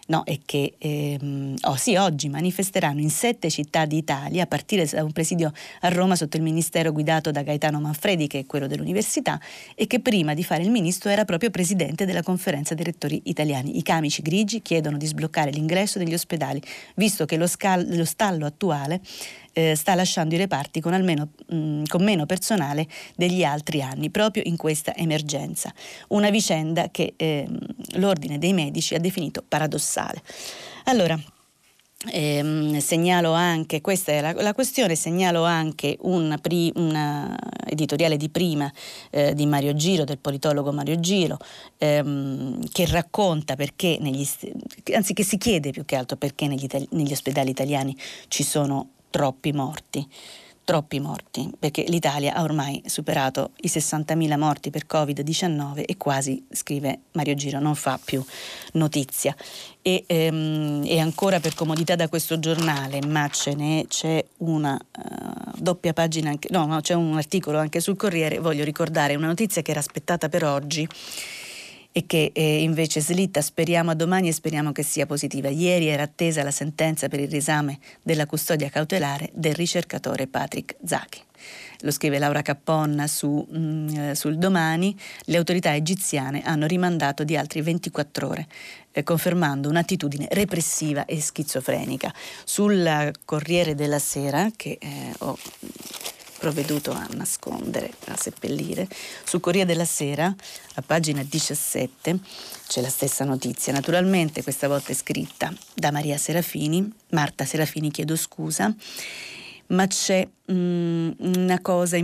oggi manifesteranno in 7 città d'Italia, a partire da un presidio a Roma sotto il ministero guidato da Gaetano Manfredi, che è quello dell'università, e che prima di fare il ministro era proprio presidente della conferenza dei rettori italiani. I camici grigi chiedono di sbloccare l'ingresso negli ospedali, visto che lo stallo attuale sta lasciando i reparti con meno personale degli altri anni, proprio in questa emergenza. Una vicenda che l'Ordine dei Medici ha definito paradossale. Allora, segnalo anche, questa è la questione, segnalo anche una editoriale di Prima di Mario Giro, del politologo Mario Giro, che racconta perché che si chiede più che altro perché negli ospedali italiani ci sono troppi morti, perché l'Italia ha ormai superato i 60.000 morti per Covid-19 e quasi, scrive Mario Giro, non fa più notizia. E ancora, per comodità, da questo giornale, ma c'è una doppia pagina, c'è un articolo anche sul Corriere. Voglio ricordare una notizia che era aspettata per oggi e che invece slitta, speriamo a domani e speriamo che sia positiva. Ieri era attesa la sentenza per il riesame della custodia cautelare del ricercatore Patrick Zaki. Lo scrive Laura Capponna sul Domani. Le autorità egiziane hanno rimandato di altri 24 ore, confermando un'attitudine repressiva e schizofrenica. Sul Corriere della Sera, che ho provveduto a nascondere, a seppellire, sul Corriere della Sera, a pagina 17, c'è la stessa notizia. Naturalmente questa volta è scritta da Marta Serafini, chiedo scusa, ma c'è una cosa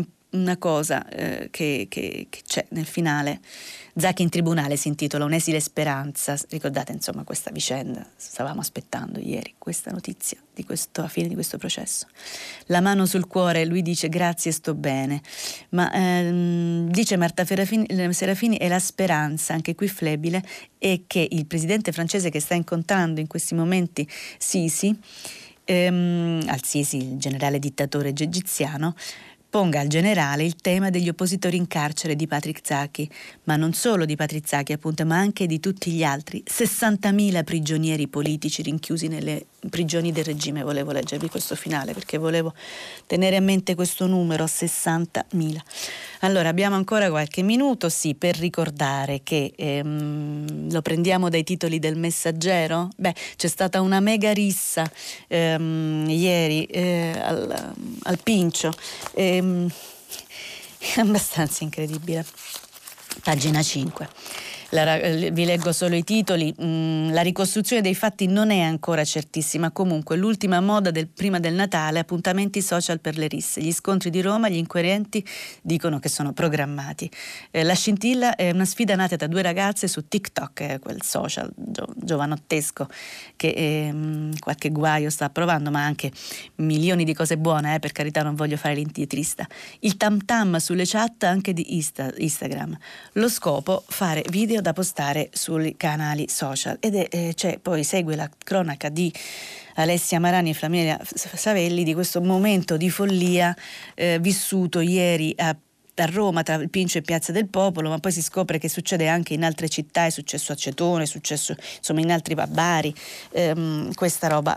che c'è nel finale. Zaki in tribunale si intitola Un'esile speranza. Ricordate insomma questa vicenda, stavamo aspettando ieri questa notizia a fine di questo processo. La mano sul cuore, lui dice grazie, sto bene, ma dice Marta Serafini, è la speranza, anche qui flebile, è che il presidente francese che sta incontrando in questi momenti Sisi, al-Sisi, il generale dittatore egiziano, ponga al generale il tema degli oppositori in carcere di Patrick Zaki, ma non solo di Patrick Zaki appunto, ma anche di tutti gli altri 60.000 prigionieri politici rinchiusi nelle prigioni del regime. Volevo leggervi questo finale perché volevo tenere a mente questo numero, 60.000. Allora, abbiamo ancora qualche minuto, sì, per ricordare che lo prendiamo dai titoli del Messaggero. C'è stata una mega rissa ieri al Pincio, è abbastanza incredibile. Pagina 5. Vi leggo solo i titoli. La ricostruzione dei fatti non è ancora certissima. Comunque, l'ultima moda prima del Natale, appuntamenti social per le risse. Gli scontri di Roma, gli inquirenti dicono che sono programmati. La scintilla è una sfida nata da due ragazze su TikTok, quel social giovanottesco che qualche guaio sta provando, ma anche milioni di cose buone, per carità, non voglio fare l'intietrista. Il tam tam sulle chat anche di Instagram. Lo scopo, fare video da postare sui canali social, poi segue la cronaca di Alessia Marani e Flaminia Savelli di questo momento di follia vissuto ieri a Roma tra il Pincio e Piazza del Popolo, ma poi si scopre che succede anche in altre città, è successo a Cetone, è successo insomma in altri bari, questa roba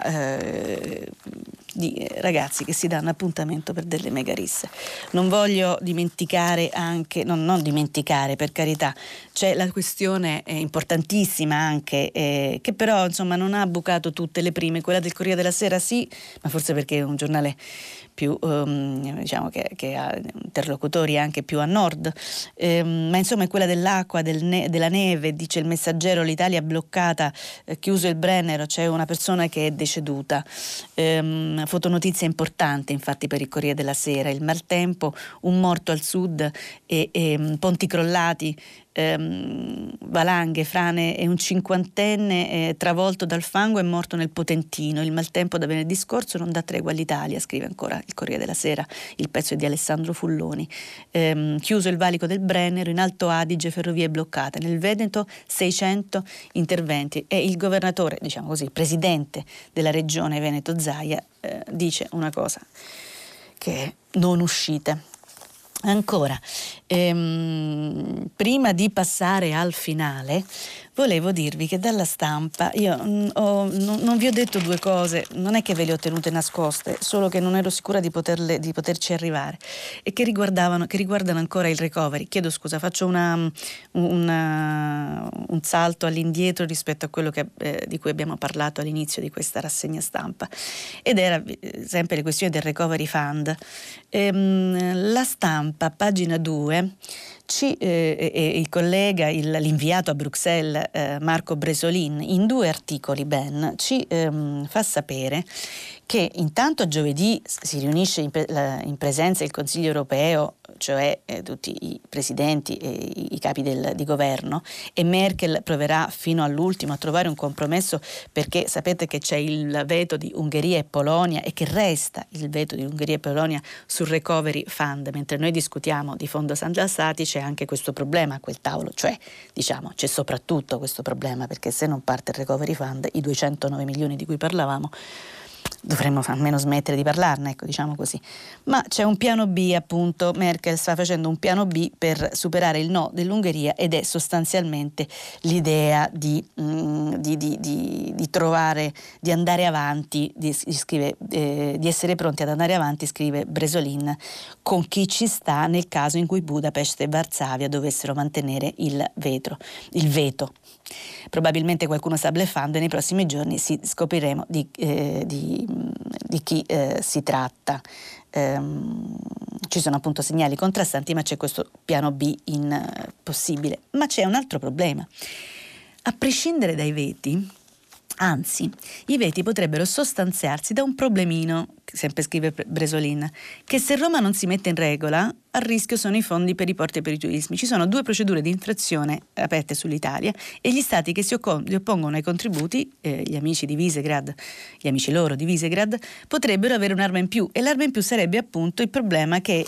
di ragazzi che si danno appuntamento per delle mega risse. Non voglio dimenticare anche, non dimenticare, per carità, c'è la questione importantissima anche che però insomma non ha bucato tutte le prime, quella del Corriere della Sera sì, ma forse perché è un giornale più diciamo che ha interlocutori anche più a nord, ma insomma è quella dell'acqua, della neve. Dice il Messaggero: l'Italia bloccata, chiuso il Brennero, c'è una persona che è deceduta. Fotonotizia importante infatti per il Corriere della Sera. Il maltempo, un morto al sud e ponti crollati, valanghe, frane e un cinquantenne travolto dal fango è morto nel Potentino. Il maltempo da venerdì scorso non dà tregua all'Italia, scrive ancora il Corriere della Sera. Il pezzo è di Alessandro Fulloni. Chiuso il valico del Brennero, in Alto Adige ferrovie bloccate, nel Veneto 600 interventi, e il governatore, diciamo così, il presidente della regione Veneto Zaia dice una cosa che è: non uscite. Ancora, prima di passare al finale, volevo dirvi che dalla Stampa io non vi ho detto due cose, non è che ve le ho tenute nascoste, solo che non ero sicura di poterci arrivare, e che riguardano ancora il recovery. Chiedo scusa, faccio un salto all'indietro rispetto a quello di cui abbiamo parlato all'inizio di questa rassegna stampa, ed era sempre le questioni del recovery fund. La Stampa, pagina 2, il collega, l'inviato a Bruxelles Marco Bresolin, in due articoli ci fa sapere che intanto giovedì si riunisce in presenza il Consiglio europeo, cioè tutti i presidenti e i capi di governo, e Merkel proverà fino all'ultimo a trovare un compromesso, perché sapete che c'è il veto di Ungheria e Polonia e che resta il veto di Ungheria e Polonia sul recovery fund. Mentre noi discutiamo di fondo San Già Stati, c'è anche questo problema a quel tavolo, cioè diciamo c'è soprattutto questo problema, perché se non parte il recovery fund, i 209 milioni di cui parlavamo, dovremmo almeno smettere di parlarne, ecco, diciamo così. Ma c'è un piano B, appunto. Merkel sta facendo un piano B per superare il no dell'Ungheria, ed è sostanzialmente l'idea di trovare, di andare avanti, di essere pronti ad andare avanti, scrive Bresolin, con chi ci sta nel caso in cui Budapest e Varsavia dovessero mantenere il veto. Probabilmente qualcuno sta bluffando e nei prossimi giorni scopriremo di chi si tratta. Ci sono appunto segnali contrastanti, ma c'è questo piano B possibile. Ma c'è un altro problema. A prescindere dai veti, anzi, i veti potrebbero sostanziarsi da un problemino, sempre scrive Bresolin, che se Roma non si mette in regola, a rischio sono i fondi per i porti e per i turismi. Ci sono 2 procedure di infrazione aperte sull'Italia, e gli stati che si oppongono ai contributi, gli amici di Visegrad, gli amici loro di Visegrad, potrebbero avere un'arma in più, e l'arma in più sarebbe appunto il problema che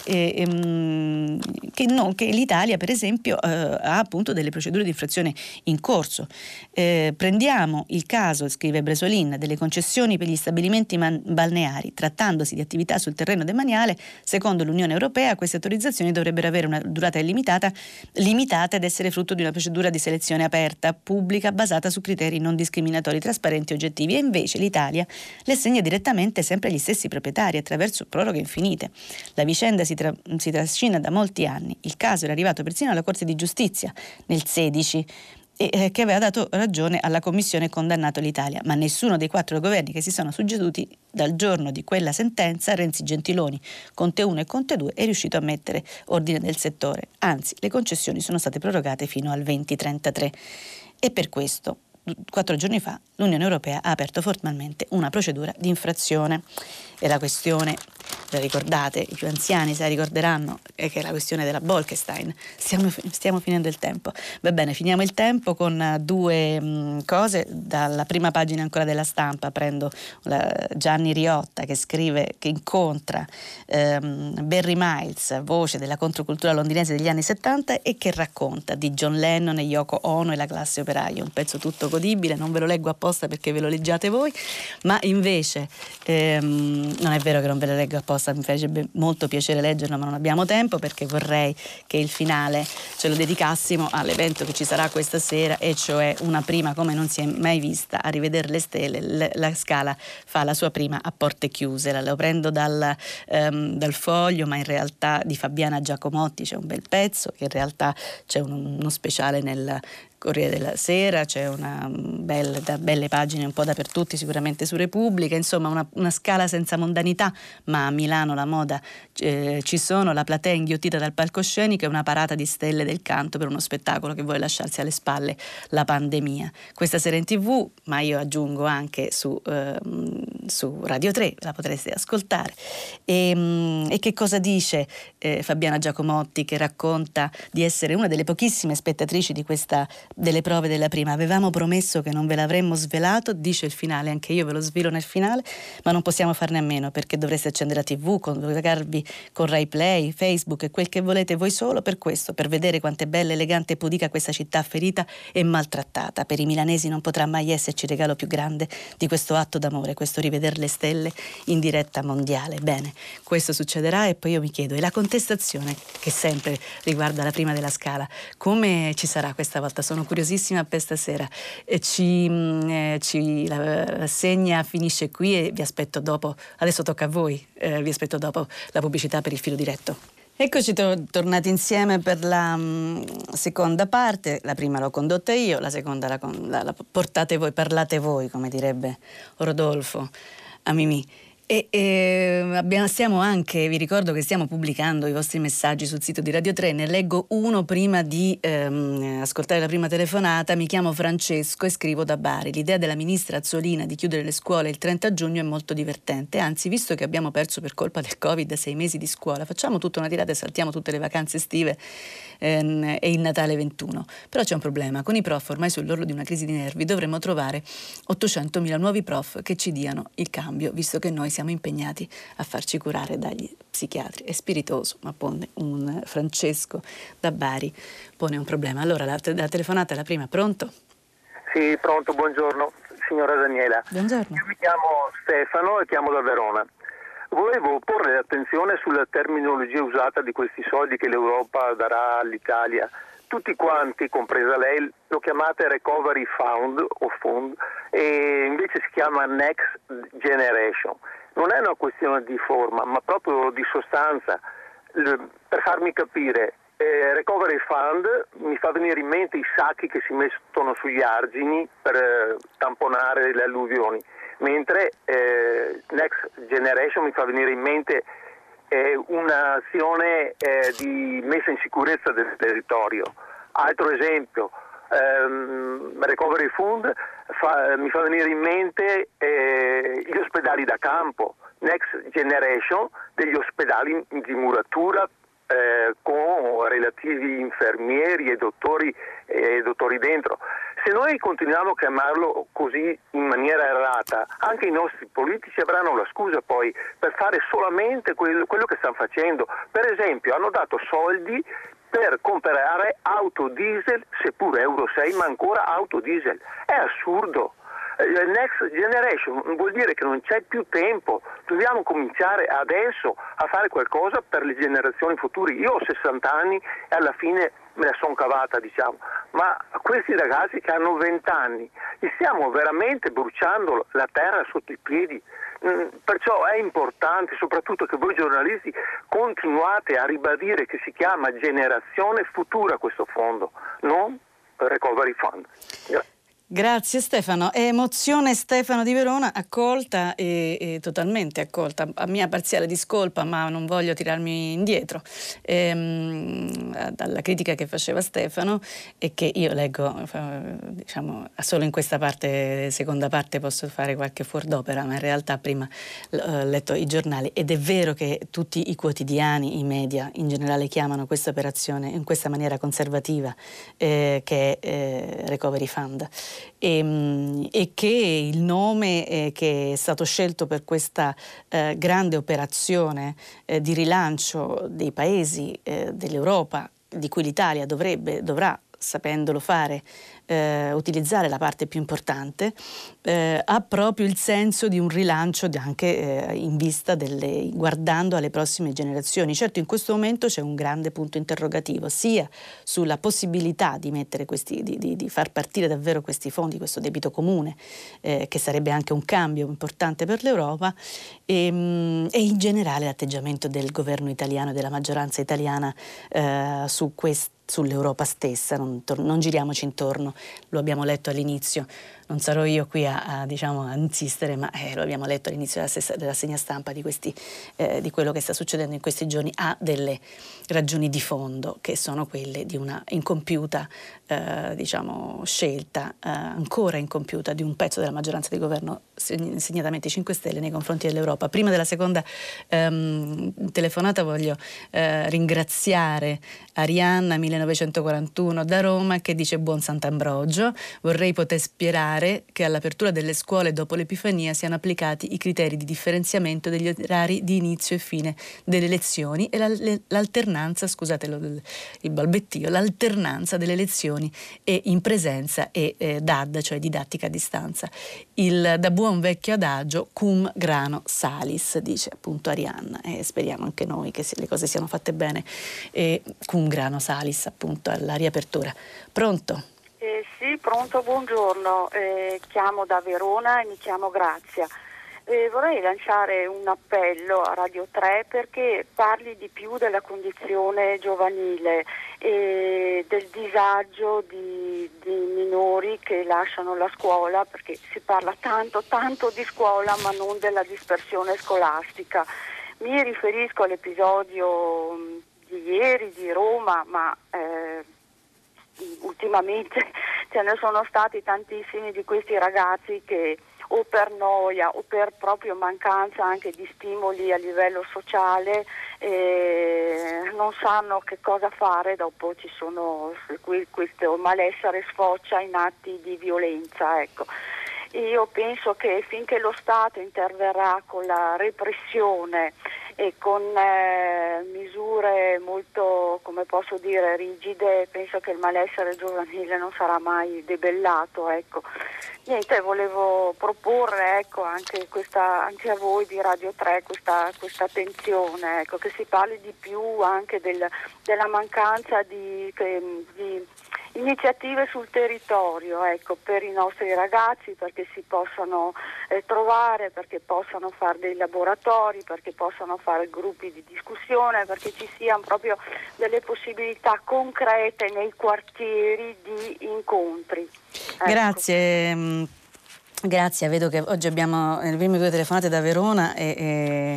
l'Italia, per esempio, ha appunto delle procedure di infrazione in corso. Prendiamo il caso, scrive Bresolin, delle concessioni per gli stabilimenti balneari tra trattandosi di attività sul terreno demaniale, secondo l'Unione Europea queste autorizzazioni dovrebbero avere una durata limitata ed essere frutto di una procedura di selezione aperta, pubblica, basata su criteri non discriminatori, trasparenti e oggettivi, e invece l'Italia le assegna direttamente sempre agli stessi proprietari attraverso proroghe infinite. La vicenda si trascina da molti anni. Il caso era arrivato persino alla Corte di Giustizia nel 16 che aveva dato ragione alla Commissione e condannato l'Italia, ma nessuno dei 4 governi che si sono succeduti dal giorno di quella sentenza, Renzi, Gentiloni, Conte 1 e Conte 2, è riuscito a mettere ordine nel settore. Anzi, le concessioni sono state prorogate fino al 2033 e per questo 4 giorni fa l'Unione Europea ha aperto formalmente una procedura di infrazione. E la questione, la ricordate, i più anziani se la ricorderanno, è che è la questione della Bolkestein. Stiamo finendo il tempo. Va bene, finiamo il tempo con 2 cose. Dalla prima pagina ancora della Stampa prendo Gianni Riotta che scrive, che incontra Barry Miles, voce della controcultura londinese degli anni 70, e che racconta di John Lennon e Yoko Ono e la classe operaia. Un pezzo tutto godibile, non ve lo leggo apposta perché ve lo leggiate voi, ma invece non è vero che non ve lo leggo apposta, mi fece molto piacere leggerlo, ma non abbiamo tempo perché vorrei che il finale ce lo dedicassimo all'evento che ci sarà questa sera, e cioè una prima come non si è mai vista a rivedere le stelle. La Scala fa la sua prima a porte chiuse. Lo prendo dal Foglio, ma in realtà di Fabiana Giacomotti c'è un bel pezzo, che in realtà c'è uno speciale nel Corriere della Sera, c'è una belle pagine un po' dappertutto, sicuramente su Repubblica, insomma una Scala senza mondanità, ma a Milano la moda ci sono, la platea inghiottita dal palcoscenico e una parata di stelle del canto per uno spettacolo che vuole lasciarsi alle spalle la pandemia. Questa sera in TV, ma io aggiungo anche su Radio 3, la potreste ascoltare. E che cosa dice Fabiana Giacomotti, che racconta di essere una delle pochissime spettatrici delle prove della prima? Avevamo promesso che non ve l'avremmo svelato, dice il finale, anche io ve lo svelo nel finale, ma non possiamo farne a meno perché dovreste accendere la TV, collegarvi con Rai Play, Facebook e quel che volete voi solo per questo, per vedere quanto è bella, elegante e pudica questa città ferita e maltrattata. Per i milanesi non potrà mai esserci regalo più grande di questo atto d'amore, questo rivedere le stelle in diretta mondiale. Bene, questo succederà e poi io mi chiedo, e la contestazione che sempre riguarda la prima della Scala, come ci sarà questa volta? Sono curiosissima per stasera. La rassegna finisce qui e vi aspetto dopo. Adesso tocca a voi, vi aspetto dopo la pubblicità per il filo diretto. Eccoci tornati insieme per la seconda parte. La prima l'ho condotta io, la seconda la portate voi, parlate voi, come direbbe Rodolfo a Mimì. Stiamo anche, vi ricordo che stiamo pubblicando i vostri messaggi sul sito di Radio 3, ne leggo uno prima di ascoltare la prima telefonata. Mi chiamo Francesco e scrivo da Bari. L'idea della ministra Azzolina di chiudere le scuole il 30 giugno è molto divertente, anzi, visto che abbiamo perso per colpa del Covid 6 mesi di scuola, facciamo tutta una tirata e saltiamo tutte le vacanze estive e il Natale 21. Però c'è un problema, con i prof ormai sull'orlo di una crisi di nervi dovremmo trovare 800.000 nuovi prof che ci diano il cambio, visto che noi siamo impegnati a farci curare dagli psichiatri. È spiritoso, ma pone un Francesco da Bari, pone un problema. Allora la telefonata è la prima, pronto? Sì, pronto, buongiorno signora Daniela. Buongiorno. Io mi chiamo Stefano e chiamo da Verona. Volevo porre l'attenzione sulla terminologia usata di questi soldi che l'Europa darà all'Italia. Tutti quanti, compresa lei, lo chiamate Recovery Fund o Fund e invece si chiama Next Generation. Non è una questione di forma, ma proprio di sostanza. Per farmi capire, Recovery Fund mi fa venire in mente i sacchi che si mettono sugli argini per tamponare le alluvioni, mentre Next Generation mi fa venire in mente un'azione di messa in sicurezza del territorio. Altro esempio, Recovery Fund mi fa venire in mente gli ospedali da campo, Next Generation degli ospedali di muratura con relativi infermieri e dottori dentro. Se noi continuiamo a chiamarlo così in maniera errata, anche i nostri politici avranno la scusa poi per fare solamente quello che stanno facendo. Per esempio hanno dato soldi per comprare auto diesel, seppure Euro 6, ma ancora auto diesel. È assurdo. Next Generation vuol dire che non c'è più tempo, dobbiamo cominciare adesso a fare qualcosa per le generazioni future. Io ho 60 anni e alla fine me la sono cavata, diciamo, ma questi ragazzi che hanno 20 anni, gli stiamo veramente bruciando la terra sotto i piedi. Perciò è importante soprattutto che voi giornalisti continuate a ribadire che si chiama generazione futura questo fondo, non Recovery Fund. Grazie Stefano. Emozione Stefano di Verona, accolta e totalmente accolta. A mia parziale discolpa, ma non voglio tirarmi indietro dalla critica che faceva Stefano e che io leggo, diciamo, solo in questa parte, seconda parte posso fare qualche fuor d'opera, ma in realtà prima ho letto i giornali ed è vero che tutti i quotidiani, i media in generale chiamano questa operazione in questa maniera conservativa che è Recovery Fund. E che il nome che è stato scelto per questa grande operazione di rilancio dei paesi dell'Europa, di cui l'Italia dovrà, sapendolo fare, utilizzare la parte più importante, ha proprio il senso di un rilancio anche in vista guardando alle prossime generazioni. Certo, in questo momento c'è un grande punto interrogativo sia sulla possibilità di mettere di far partire davvero questi fondi, questo debito comune, che sarebbe anche un cambio importante per l'Europa, e in generale l'atteggiamento del governo italiano e della maggioranza italiana sull'Europa stessa. Non giriamoci intorno, lo abbiamo letto all'inizio, non sarò io qui a insistere, ma lo abbiamo letto all'inizio della segna stampa di quello che sta succedendo in questi giorni, ha delle ragioni di fondo che sono quelle di una incompiuta scelta ancora incompiuta di un pezzo della maggioranza di governo, segnatamente i 5 Stelle, nei confronti dell'Europa. Prima della seconda telefonata voglio ringraziare Arianna 1941 da Roma che dice: buon Sant'Ambrogio, vorrei poter sperare che all'apertura delle scuole dopo l'Epifania siano applicati i criteri di differenziamento degli orari di inizio e fine delle lezioni e l'alternanza, scusate il balbettio, l'alternanza delle lezioni e in presenza e DAD, cioè didattica a distanza. Da buon vecchio adagio cum grano salis, dice appunto Arianna, e speriamo anche noi che le cose siano fatte bene, cum grano salis appunto alla riapertura. Pronto? Sì, pronto, buongiorno, chiamo da Verona e mi chiamo Grazia. Vorrei lanciare un appello a Radio 3 perché parli di più della condizione giovanile e del disagio di minori che lasciano la scuola, perché si parla tanto di scuola ma non della dispersione scolastica. Mi riferisco all'episodio di ieri di Roma, ma ultimamente ce ne sono stati tantissimi di questi ragazzi che o per noia o per proprio mancanza anche di stimoli a livello sociale non sanno che cosa fare. Dopo ci sono questo malessere sfocia in atti di violenza, ecco. Io penso che finché lo Stato interverrà con la repressione e con misure molto, come posso dire, rigide, penso che il malessere giovanile non sarà mai debellato, ecco. Niente, volevo proporre, ecco, anche a voi di Radio 3 questa attenzione, ecco, che si parli di più anche della mancanza di iniziative sul territorio, ecco, per i nostri ragazzi, perché si possano trovare, perché possano fare dei laboratori, perché possano fare gruppi di discussione, perché ci siano proprio delle possibilità concrete nei quartieri di incontri. Ecco. Grazie, vedo che oggi abbiamo le prime 2 telefonate da Verona e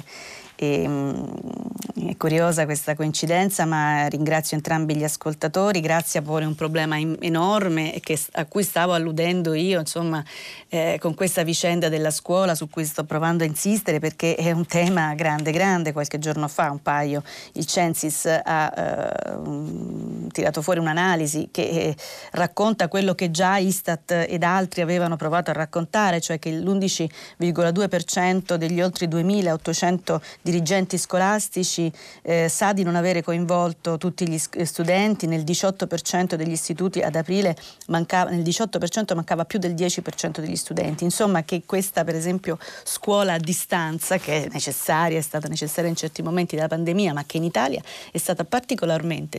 è curiosa questa coincidenza, ma ringrazio entrambi gli ascoltatori. Grazia pone un problema enorme a cui stavo alludendo io, insomma, con questa vicenda della scuola su cui sto provando a insistere, perché è un tema grande. Qualche giorno fa il Censis ha tirato fuori un'analisi che racconta quello che già Istat ed altri avevano provato a raccontare, cioè che l'11,2% degli oltre 2.800 dirigenti scolastici sa di non avere coinvolto tutti gli studenti. Nel 18% degli istituti ad aprile nel 18% mancava più del 10% degli studenti. Insomma, che questa, per esempio, scuola a distanza, che è stata necessaria in certi momenti della pandemia, ma che in Italia è stata particolarmente,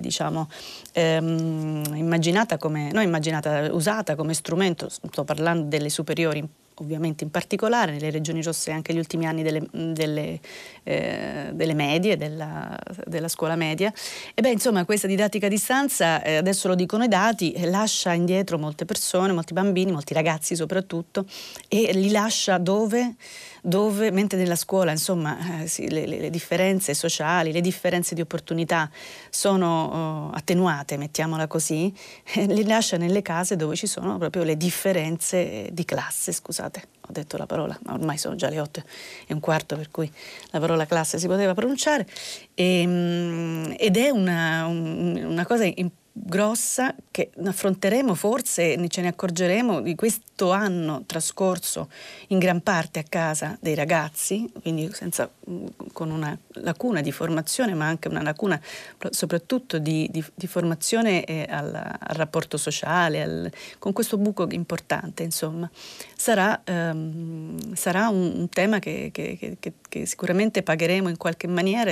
usata come strumento. Sto parlando delle superiori, ovviamente in particolare, nelle regioni rosse anche gli ultimi anni delle medie, della scuola media. Insomma, questa didattica a distanza, adesso lo dicono i dati, lascia indietro molte persone, molti bambini, molti ragazzi soprattutto, e li lascia dove mentre nella scuola, insomma, le differenze sociali, le differenze di opportunità sono attenuate, mettiamola così, li lascia nelle case dove ci sono proprio le differenze di classe. Scusate, ho detto la parola, ma ormai sono già le 8:15, per cui la parola classe si poteva pronunciare, ed è una cosa grossa che affronteremo, forse ce ne accorgeremo di questo anno trascorso in gran parte a casa dei ragazzi, quindi con una lacuna di formazione, ma anche una lacuna soprattutto di formazione al rapporto sociale, con questo buco importante. Insomma, sarà un tema che sicuramente pagheremo in qualche maniera,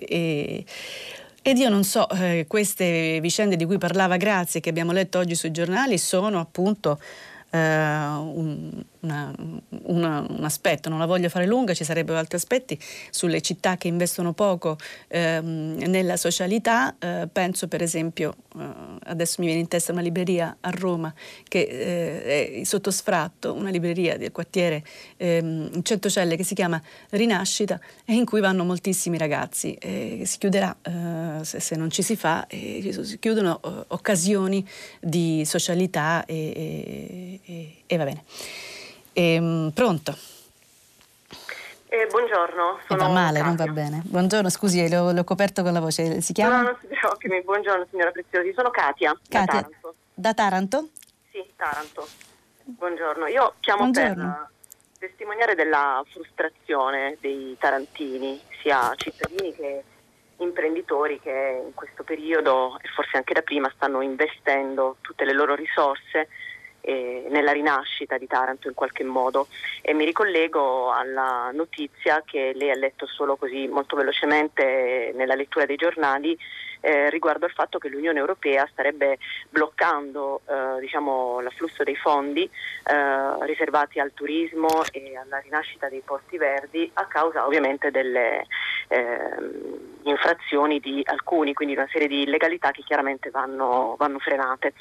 ed io non so, queste vicende di cui parlava Grazia, che abbiamo letto oggi sui giornali, sono appunto un aspetto. Non la voglio fare lunga, ci sarebbero altri aspetti sulle città che investono poco nella socialità. Penso per esempio, adesso mi viene in testa una libreria a Roma che è sotto sfratto, una libreria del quartiere in Centocelle che si chiama Rinascita, e in cui vanno moltissimi ragazzi. Si chiuderà se non ci si fa, si chiudono occasioni di socialità e va bene. Pronto? Buongiorno. Va male, non va bene. Buongiorno, scusi, l'ho coperto con la voce. Si chiama? No, non si preoccupi. Buongiorno signora Preziosi, sono Katia. Da Taranto. Da Taranto? Sì, Taranto. Buongiorno. Io chiamo per testimoniare della frustrazione dei tarantini, sia cittadini che imprenditori, che in questo periodo e forse anche da prima stanno investendo tutte le loro risorse nella rinascita di Taranto in qualche modo, e mi ricollego alla notizia che lei ha letto solo così molto velocemente nella lettura dei giornali riguardo al fatto che l'Unione Europea starebbe bloccando l'afflusso dei fondi riservati al turismo e alla rinascita dei posti verdi a causa ovviamente delle infrazioni di alcuni, quindi una serie di illegalità che chiaramente vanno frenate.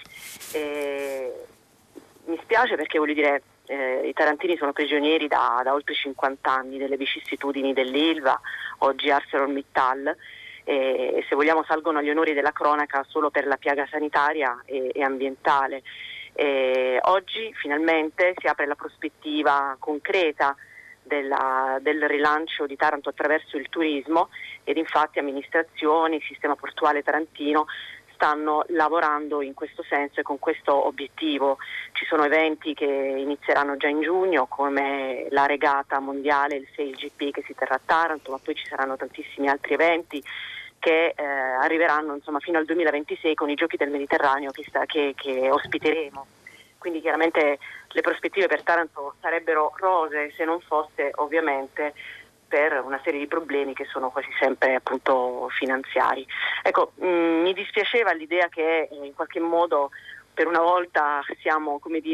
Mi spiace perché i tarantini sono prigionieri da oltre 50 anni delle vicissitudini dell'Ilva, oggi ArcelorMittal, e se vogliamo salgono agli onori della cronaca solo per la piaga sanitaria e ambientale. Oggi finalmente si apre la prospettiva concreta del rilancio di Taranto attraverso il turismo, ed infatti amministrazioni, sistema portuale tarantino stanno lavorando in questo senso e con questo obiettivo. Ci sono eventi che inizieranno già in giugno, come la regata mondiale, il SailGP che si terrà a Taranto, ma poi ci saranno tantissimi altri eventi che arriveranno fino al 2026 con i Giochi del Mediterraneo che ospiteremo. Quindi chiaramente le prospettive per Taranto sarebbero rose se non fosse ovviamente per una serie di problemi che sono quasi sempre appunto finanziari. Ecco, mi dispiaceva l'idea che in qualche modo per una volta siamo,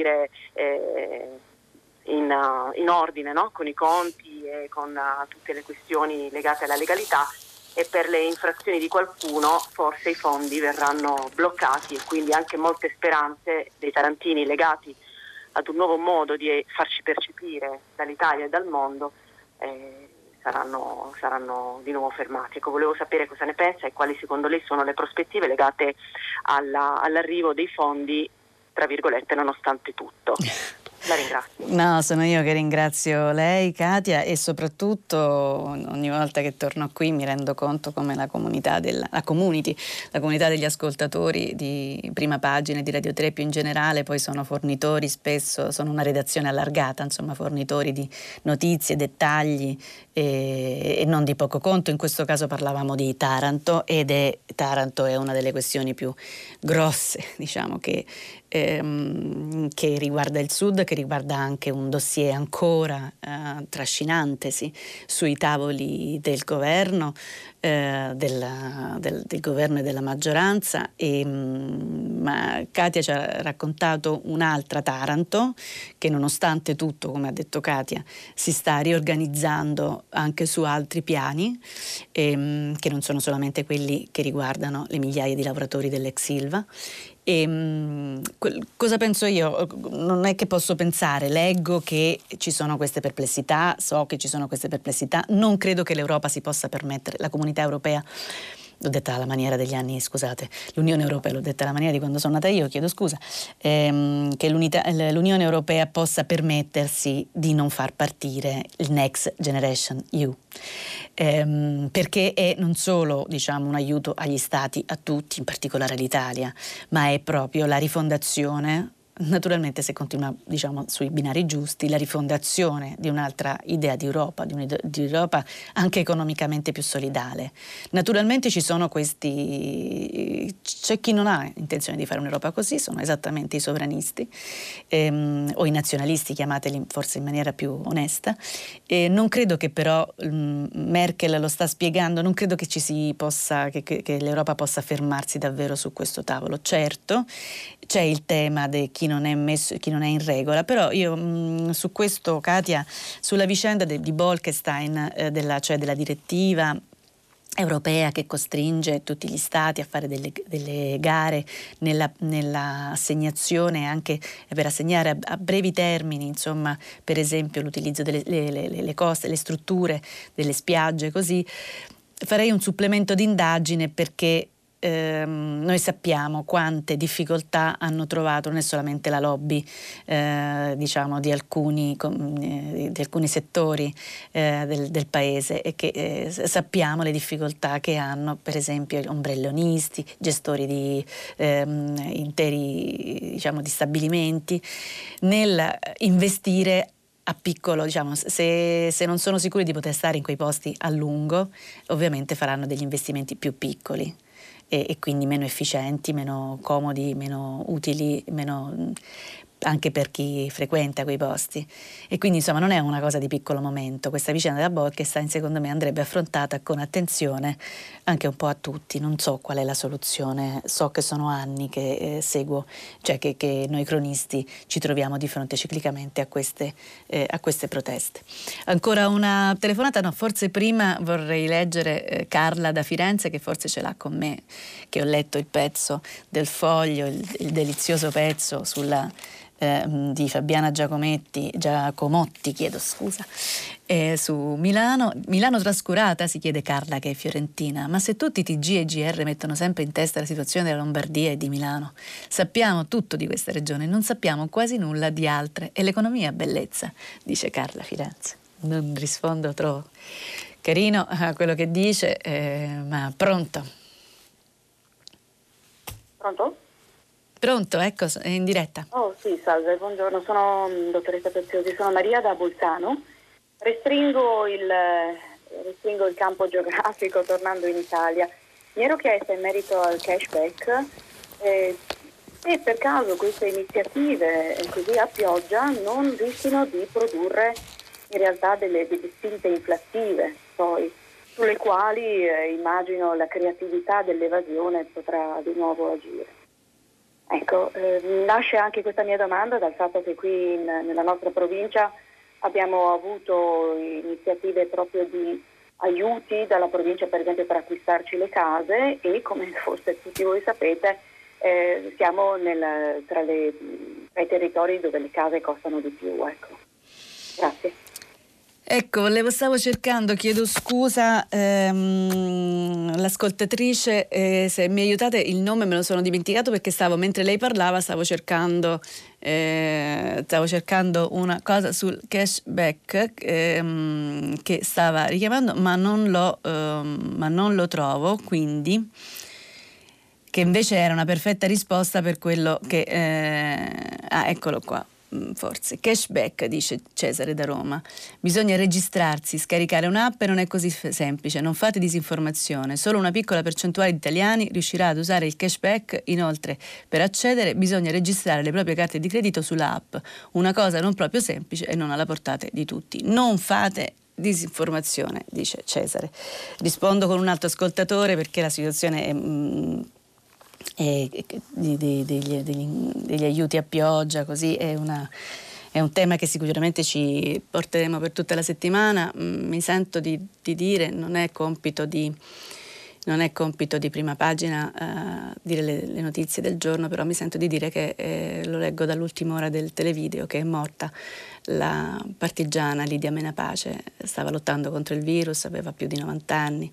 in ordine, no? Con i conti e con tutte le questioni legate alla legalità, e per le infrazioni di qualcuno forse i fondi verranno bloccati, e quindi anche molte speranze dei tarantini legati ad un nuovo modo di farci percepire dall'Italia e dal mondo saranno di nuovo fermati. Ecco, volevo sapere cosa ne pensa e quali secondo lei sono le prospettive legate all'arrivo dei fondi, tra virgolette, nonostante tutto. La ringrazio. No, sono io che ringrazio lei, Katia, e soprattutto ogni volta che torno qui mi rendo conto come la comunità la comunità degli ascoltatori di Prima Pagina e di Radio 3 più in generale poi sono fornitori, spesso sono una redazione allargata, insomma fornitori di notizie, dettagli e non di poco conto. In questo caso parlavamo di Taranto Taranto è una delle questioni più grosse, diciamo, che riguarda il Sud, che riguarda anche un dossier ancora trascinantesi sui tavoli del governo, del governo e della maggioranza. Ma Katia ci ha raccontato un'altra Taranto che, nonostante tutto, come ha detto Katia, si sta riorganizzando anche su altri piani, che non sono solamente quelli che riguardano le migliaia di lavoratori dell'ex Ilva. Cosa penso io? Non è che posso pensare, leggo che ci sono queste perplessità, so che ci sono queste perplessità, non credo che l'Europa si possa permettere, la comunità europea, l'ho detta alla maniera degli anni, scusate, l'Unione Europea, l'ho detta alla maniera di quando sono nata io, chiedo scusa, che l'Unione Europea possa permettersi di non far partire il Next Generation EU. Perché è non solo, diciamo, un aiuto agli stati, a tutti, in particolare all'Italia, ma è proprio la rifondazione, naturalmente se continua, diciamo, sui binari giusti, la rifondazione di un'altra idea di Europa, di Europa anche economicamente più solidale. Naturalmente c'è chi non ha intenzione di fare un'Europa così, sono esattamente i sovranisti o i nazionalisti, chiamateli forse in maniera più onesta. Non credo che però Merkel lo sta spiegando, non credo che che l'Europa possa fermarsi davvero su questo tavolo. Certo, c'è il tema di chi non è in regola, però io su questo, Katia, sulla vicenda di Bolkestein, cioè della direttiva europea che costringe tutti gli stati a fare delle gare nella assegnazione, anche per assegnare a brevi termini, insomma, per esempio l'utilizzo delle coste, le strutture delle spiagge, così farei un supplemento di indagine, perché noi sappiamo quante difficoltà hanno trovato non è solamente la lobby diciamo di alcuni settori del paese, e che sappiamo le difficoltà che hanno per esempio gli ombrellonisti, gestori di interi, diciamo, di stabilimenti, nel investire a piccolo, diciamo, se non sono sicuri di poter stare in quei posti a lungo, ovviamente faranno degli investimenti più piccoli e quindi meno efficienti, meno comodi, meno utili, meno anche per chi frequenta quei posti. E quindi insomma non è una cosa di piccolo momento. Questa vicenda della Bolkestein secondo me andrebbe affrontata con attenzione anche un po' a tutti. Non so qual è la soluzione, so che sono anni che seguo, cioè che noi cronisti ci troviamo di fronte ciclicamente a queste proteste. Ancora una telefonata? No, forse prima vorrei leggere Carla da Firenze, che forse ce l'ha con me, che ho letto il pezzo del Foglio, il delizioso pezzo di Fabiana Giacomotti, chiedo scusa, su Milano trascurata, si chiede Carla, che è fiorentina. Ma se tutti i TG e GR mettono sempre in testa la situazione della Lombardia e di Milano, sappiamo tutto di questa regione, non sappiamo quasi nulla di altre, e l'economia è bellezza, dice Carla Firenze. Non rispondo, trovo carino a quello che dice, ma pronto? Pronto, ecco, è in diretta. Oh sì, salve, buongiorno, sono dottoressa Preziosi, sono Maria da Bolzano. Restringo il campo geografico tornando in Italia. Mi ero chiesta in merito al cashback se per caso queste iniziative così a pioggia non rischiano di produrre in realtà delle spinte inflattive, poi, sulle quali immagino la creatività dell'evasione potrà di nuovo agire. Ecco, nasce anche questa mia domanda dal fatto che qui nella nostra provincia abbiamo avuto iniziative proprio di aiuti dalla provincia, per esempio, per acquistarci le case, e come forse tutti voi sapete siamo tra i territori dove le case costano di più. Ecco. Grazie. Ecco, stavo cercando, chiedo scusa, l'ascoltatrice, se mi aiutate, il nome me lo sono dimenticato perché mentre lei parlava, stavo cercando una cosa sul cashback che stava richiamando, ma non lo trovo, quindi, che invece era una perfetta risposta per quello che... eccolo qua. Forse cashback, dice Cesare da Roma. Bisogna registrarsi, scaricare un'app e non è così semplice. Non fate disinformazione. Solo una piccola percentuale di italiani riuscirà ad usare il cashback. Inoltre, per accedere bisogna registrare le proprie carte di credito sull'app. Una cosa non proprio semplice e non alla portata di tutti. Non fate disinformazione, dice Cesare. Rispondo con un altro ascoltatore perché la situazione è... degli aiuti a pioggia, così è un tema che sicuramente ci porteremo per tutta la settimana. Mi sento di dire, non è compito di prima pagina dire le notizie del giorno, però mi sento di dire che lo leggo dall'ultima ora del televideo, che è morta la partigiana Lidia Menapace. Stava lottando contro il virus, aveva più di 90 anni.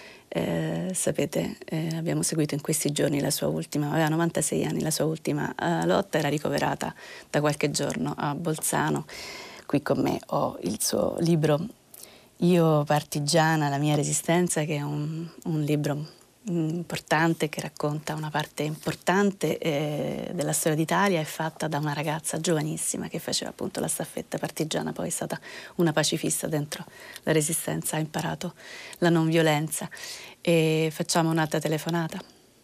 Sapete, abbiamo seguito in questi giorni aveva 96 anni, la sua ultima lotta. Era ricoverata da qualche giorno a Bolzano. Qui con me ho il suo libro Io partigiana, la mia resistenza, che è un libro importante che racconta una parte importante della storia d'Italia. È fatta da una ragazza giovanissima che faceva appunto la staffetta partigiana, poi è stata una pacifista dentro la resistenza, ha imparato la non violenza. E facciamo un'altra telefonata.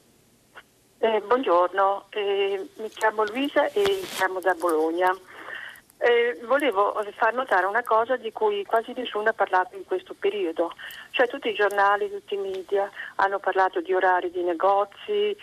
Buongiorno, mi chiamo Luisa e chiamo da Bologna. Volevo far notare una cosa di cui quasi nessuno ha parlato in questo periodo, cioè tutti i giornali, tutti i media hanno parlato di orari di negozi,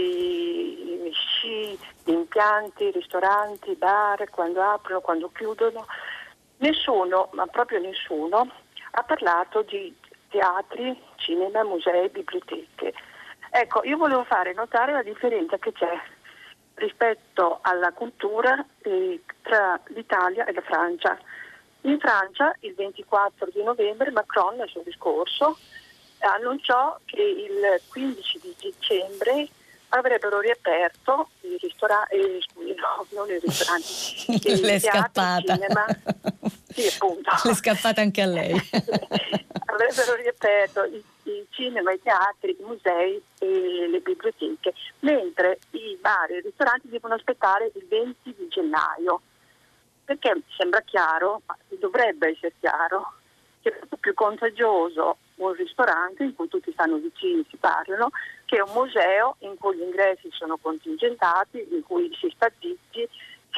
di sci, di impianti, ristoranti, bar, quando aprono, quando chiudono. Nessuno, ma proprio nessuno, ha parlato di teatri, cinema, musei, biblioteche. Ecco, io volevo fare notare la differenza che c'è rispetto alla cultura tra l'Italia e la Francia. In Francia il 24 di novembre Macron nel suo discorso annunciò che il 15 di dicembre avrebbero riaperto i ristoranti, non i ristoranti, le teatri, cinema. Sì, appunto. Le è scappata anche a lei. Avrebbero riaperto i cinema, i teatri, i musei e le biblioteche, mentre i bar e i ristoranti devono aspettare il 20 di gennaio, perché sembra chiaro, ma dovrebbe essere chiaro, che è più contagioso un ristorante in cui tutti stanno vicini, si parlano, che un museo in cui gli ingressi sono contingentati, in cui si sta zitti,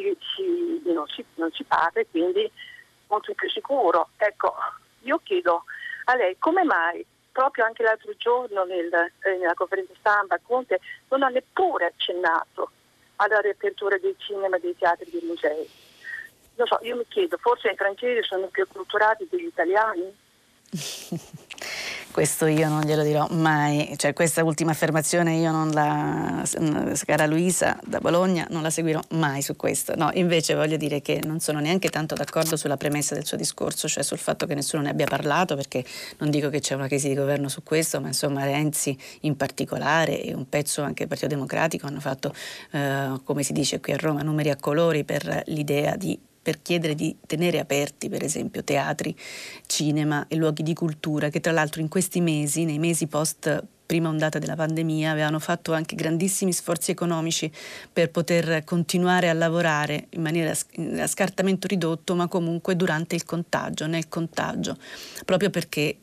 non si parla, quindi molto più sicuro. Ecco, io chiedo a lei come mai proprio anche l'altro giorno nella conferenza stampa Conte non ha neppure accennato alla riapertura dei cinema, dei teatri e dei musei. Non so, io mi chiedo, forse i francesi sono più acculturati degli italiani? Questo io non glielo dirò mai, cioè questa ultima affermazione io cara Luisa da Bologna, non la seguirò mai su questo. No, invece voglio dire che non sono neanche tanto d'accordo sulla premessa del suo discorso, cioè sul fatto che nessuno ne abbia parlato, perché non dico che c'è una crisi di governo su questo, ma insomma Renzi in particolare e un pezzo anche del Partito Democratico hanno fatto, come si dice qui a Roma, numeri a colori per l'idea per chiedere di tenere aperti per esempio teatri, cinema e luoghi di cultura che tra l'altro in questi mesi, nei mesi post prima ondata della pandemia, avevano fatto anche grandissimi sforzi economici per poter continuare a lavorare in maniera a scartamento ridotto, ma comunque durante il contagio, nel contagio, proprio perché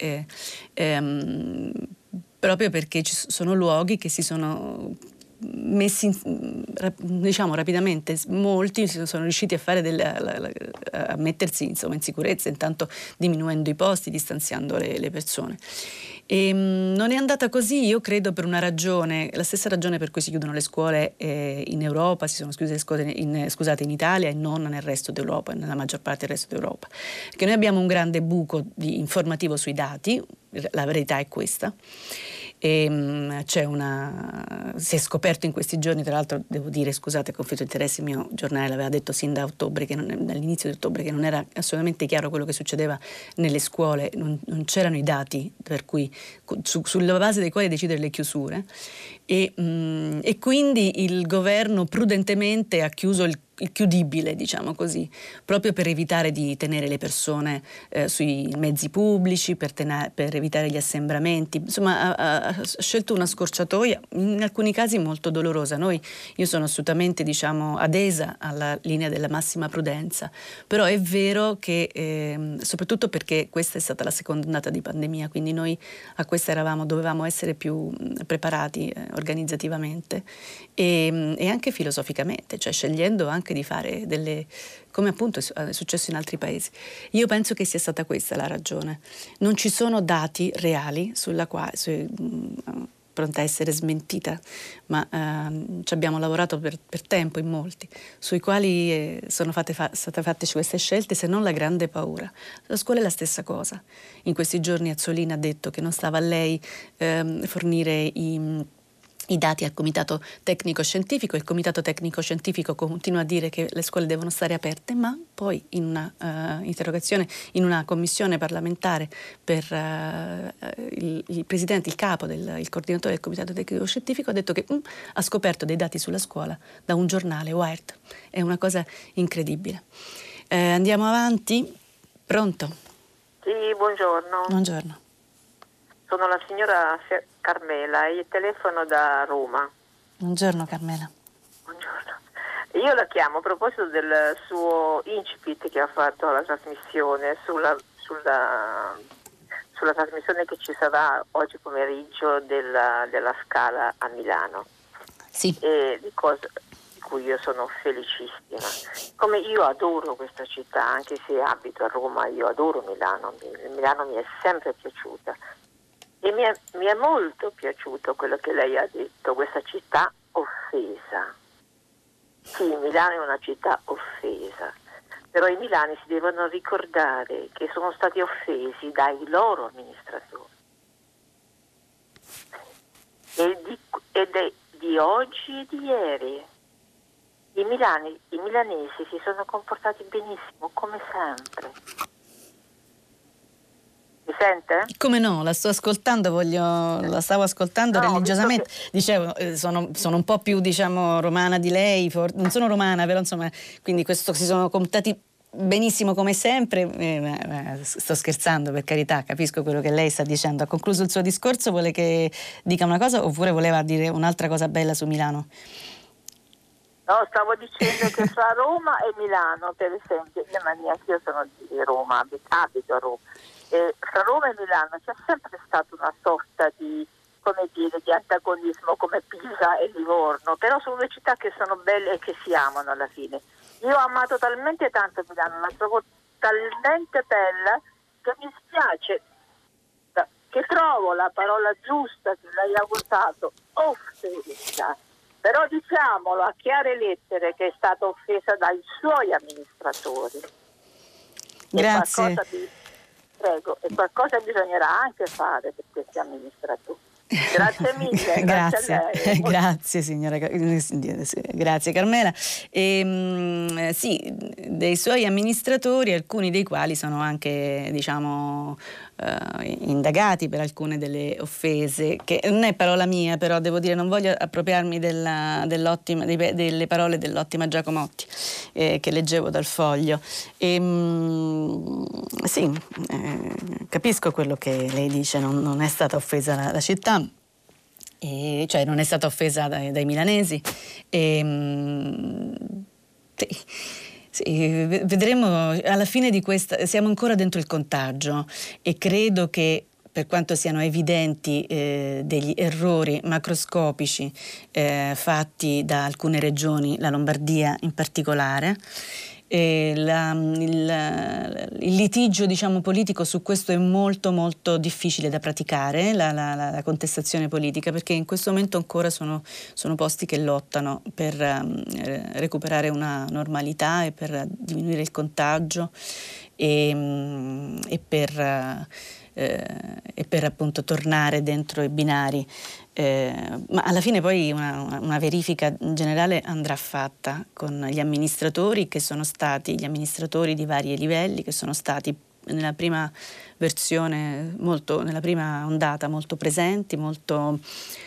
ci sono luoghi che si sono messi rapidamente, molti sono riusciti a fare a mettersi insomma in sicurezza, intanto diminuendo i posti, distanziando le persone. E non è andata così, io credo, per una ragione, la stessa ragione per cui si chiudono le scuole in Europa, si sono chiuse le scuole in Italia e non nel resto d'Europa, nella maggior parte del resto d'Europa, perché noi abbiamo un grande buco informativo sui dati, la verità è questa. e si è scoperto in questi giorni, tra l'altro devo dire, scusate, conflitto di interessi, il mio giornale l'aveva detto sin da ottobre, dall'inizio di ottobre, che non era assolutamente chiaro quello che succedeva nelle scuole, non c'erano i dati per cui sulla base dei quali decidere le chiusure, e quindi il governo prudentemente ha chiuso il chiudibile, diciamo così, proprio per evitare di tenere le persone sui mezzi pubblici, per evitare gli assembramenti. Insomma, ha scelto una scorciatoia, in alcuni casi molto dolorosa. Io sono assolutamente, diciamo, adesa alla linea della massima prudenza, però è vero che, soprattutto perché questa è stata la seconda ondata di pandemia, quindi noi a questa dovevamo essere più preparati organizzativamente e anche filosoficamente, cioè scegliendo anche di fare come appunto è successo in altri paesi. Io penso che sia stata questa la ragione. Non ci sono dati reali sulla quale pronta a essere smentita, ma ci abbiamo lavorato per tempo in molti, sui quali sono state fatte queste scelte, se non la grande paura. La scuola è la stessa cosa. In questi giorni Azzolina ha detto che non stava a lei fornire i dati al Comitato Tecnico Scientifico. Il Comitato Tecnico Scientifico continua a dire che le scuole devono stare aperte, ma poi in una interrogazione, in una commissione parlamentare per il presidente, il capo, il coordinatore del Comitato Tecnico Scientifico ha detto che ha scoperto dei dati sulla scuola da un giornale, Wired. È una cosa incredibile. Andiamo avanti. Pronto? Sì, buongiorno. Buongiorno. Sono la signora Carmela e telefono da Roma. Buongiorno Carmela. Buongiorno. Io la chiamo a proposito del suo incipit che ha fatto alla trasmissione sulla trasmissione che ci sarà oggi pomeriggio della Scala a Milano. Sì. E di cui io sono felicissima. Come io adoro questa città, anche se abito a Roma, io adoro Milano. Milano mi è sempre piaciuta. E mi è molto piaciuto quello che lei ha detto, questa città offesa. Sì, Milano è una città offesa, però i milani si devono ricordare che sono stati offesi dai loro amministratori. Ed è di oggi e di ieri. I milanesi si sono comportati benissimo, come sempre. Mi sente? Come no, la sto ascoltando, la stavo ascoltando religiosamente. Dicevo, sono un po' più, diciamo, romana di lei, non sono romana, però insomma, quindi questo si sono comportati benissimo come sempre. Sto scherzando, per carità, capisco quello che lei sta dicendo. Ha concluso il suo discorso, vuole che dica una cosa oppure voleva dire un'altra cosa bella su Milano? No, stavo dicendo che fra Roma e Milano, per esempio, io sono di Roma, abito a Roma. Fra Roma e Milano c'è sempre stata una sorta di antagonismo come Pisa e Livorno, però sono due città che sono belle e che si amano alla fine. Io ho amato talmente tanto Milano, la trovo talmente bella che mi spiace, che trovo la parola giusta che lei ha usato, offesa. Però diciamolo a chiare lettere che è stata offesa dai suoi amministratori. Grazie. E qualcosa bisognerà anche fare per questi amministratori. Grazie mille. Grazie. A lei. Grazie signora, grazie Carmela. Sì, dei suoi amministratori, alcuni dei quali sono anche, diciamo, indagati per alcune delle offese, che non è parola mia, però devo dire, non voglio appropriarmi delle parole dell'ottima Giacomotti che leggevo dal Foglio. Sì, capisco quello che lei dice, non è stata offesa la città, cioè non è stata offesa dai milanesi. Sì, vedremo alla fine di questa, siamo ancora dentro il contagio e credo che, per quanto siano evidenti degli errori macroscopici fatti da alcune regioni, la Lombardia in particolare, il litigio, diciamo, politico su questo è molto molto difficile da praticare, la contestazione politica, perché in questo momento ancora sono posti che lottano per recuperare una normalità e per diminuire il contagio e per e per appunto tornare dentro i binari. Ma alla fine poi una verifica generale andrà fatta con gli amministratori gli amministratori di vari livelli, che sono stati nella prima versione, nella prima ondata molto presenti, molto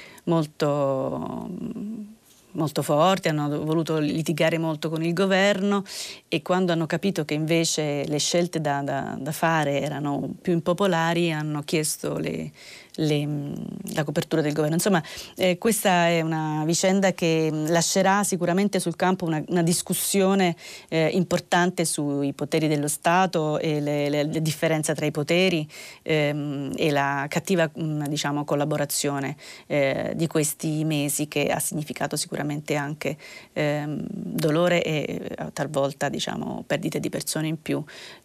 forti, hanno voluto litigare molto con il governo, e quando hanno capito che invece le scelte da fare erano più impopolari hanno chiesto la copertura del governo. Insomma, questa è una vicenda che lascerà sicuramente sul campo una discussione importante sui poteri dello Stato e la differenza tra i poteri e la cattiva diciamo, collaborazione di questi mesi, che ha significato sicuramente anche dolore e talvolta diciamo, perdite di persone in più.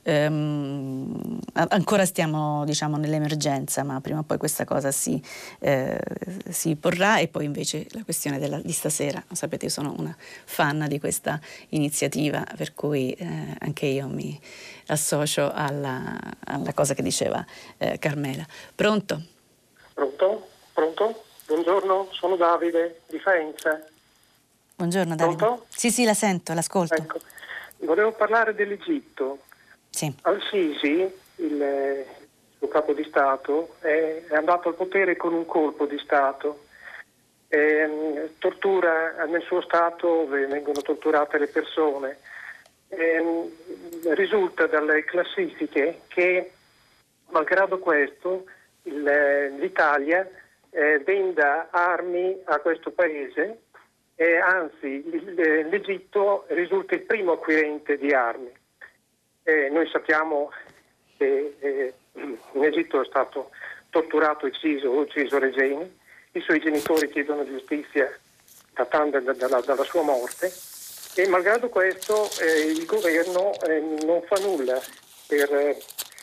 Ancora stiamo diciamo, nell'emergenza, ma prima o poi questa cosa si porrà. E poi invece la questione di stasera, sapete, io sono una fan di questa iniziativa, per cui anche io mi associo alla cosa che diceva Carmela. Pronto? Pronto? Buongiorno, sono Davide di Faenza. Buongiorno Davide. Pronto? Sì, la sento, l'ascolto. Ecco, volevo parlare dell'Egitto. Sì. Al-Sisi, il suo capo di Stato, è andato al potere con un colpo di Stato. Tortura nel suo Stato, vengono torturate le persone. Risulta dalle classifiche che, malgrado questo, l'Italia venda armi a questo paese, anzi l'Egitto risulta il primo acquirente di armi. Noi sappiamo che in Egitto è stato torturato e ucciso Regeni, i suoi genitori chiedono giustizia datando dalla sua morte, e malgrado questo il governo non fa nulla per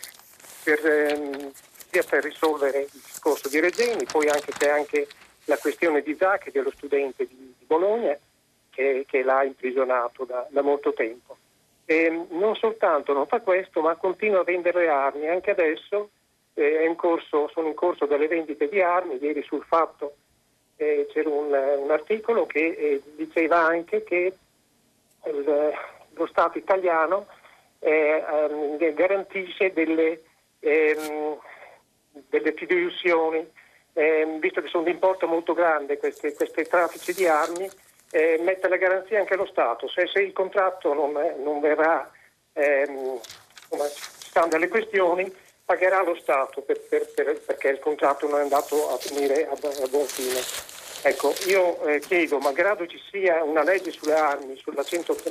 risolvere il discorso di Regeni. Poi c'è anche la questione di Zaki, dello studente di Bologna, che l'ha imprigionato da molto tempo. E non soltanto non fa questo, ma continua a vendere armi. Anche adesso sono in corso delle vendite di armi. Ieri sul Fatto c'era un articolo che diceva anche che lo Stato italiano garantisce delle fideiussioni, visto che sono di importo molto grande questi traffici di armi, mette la garanzia anche lo Stato. Se il contratto non verrà, stanno delle questioni, pagherà lo Stato perché il contratto non è andato a finire a buon fine. Ecco, io chiedo, malgrado ci sia una legge sulle armi, sulla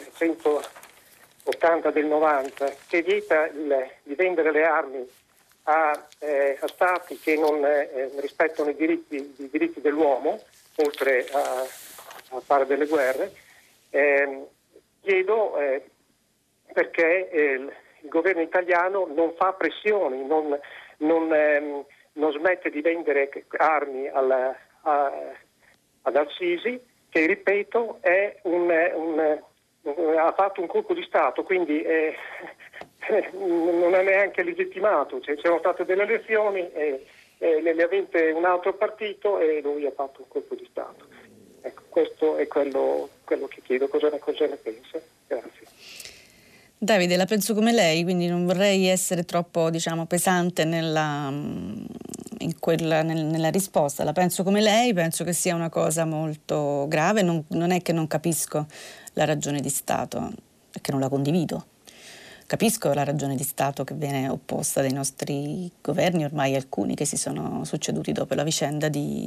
180 del 90, che vieta di vendere le armi a stati che non rispettano i diritti dell'uomo, oltre a fare delle guerre, chiedo perché il governo italiano non fa pressioni, non smette di vendere armi ad Al-Sisi, che ripeto ha fatto un colpo di Stato, quindi non è neanche legittimato. C'erano state delle elezioni, le ha vinte un altro partito e lui ha fatto un colpo di Stato. Ecco, questo è quello che chiedo. Cosa ne pensa? Grazie. Davide, la penso come lei, quindi non vorrei essere troppo pesante nella risposta. La penso come lei, penso che sia una cosa molto grave. Non è che non capisco la ragione di Stato, è che non la condivido. Capisco la ragione di Stato che viene opposta dai nostri governi, ormai alcuni che si sono succeduti dopo la vicenda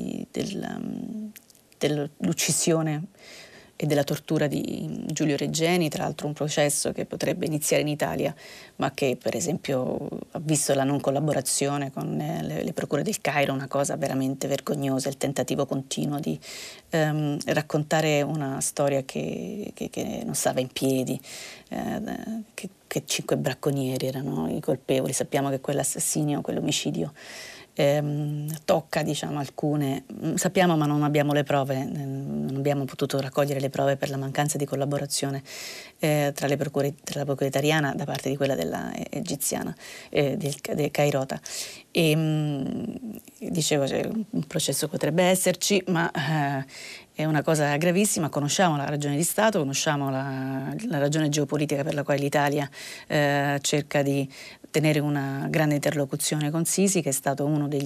dell'uccisione e della tortura di Giulio Regeni, tra l'altro un processo che potrebbe iniziare in Italia, ma che per esempio ha visto la non collaborazione con le procure del Cairo, una cosa veramente vergognosa, il tentativo continuo di raccontare una storia che non stava in piedi, che 5 bracconieri erano i colpevoli. Sappiamo che quell'assassinio, quell'omicidio tocca alcune, sappiamo ma non abbiamo le prove, non abbiamo potuto raccogliere le prove per la mancanza di collaborazione tra la procura italiana da parte di quella della egiziana, del Cairota. Dicevo, un processo potrebbe esserci, ma è una cosa gravissima. Conosciamo la ragione di Stato, conosciamo la ragione geopolitica per la quale l'Italia cerca di tenere una grande interlocuzione con Sisi, che è stato uno degli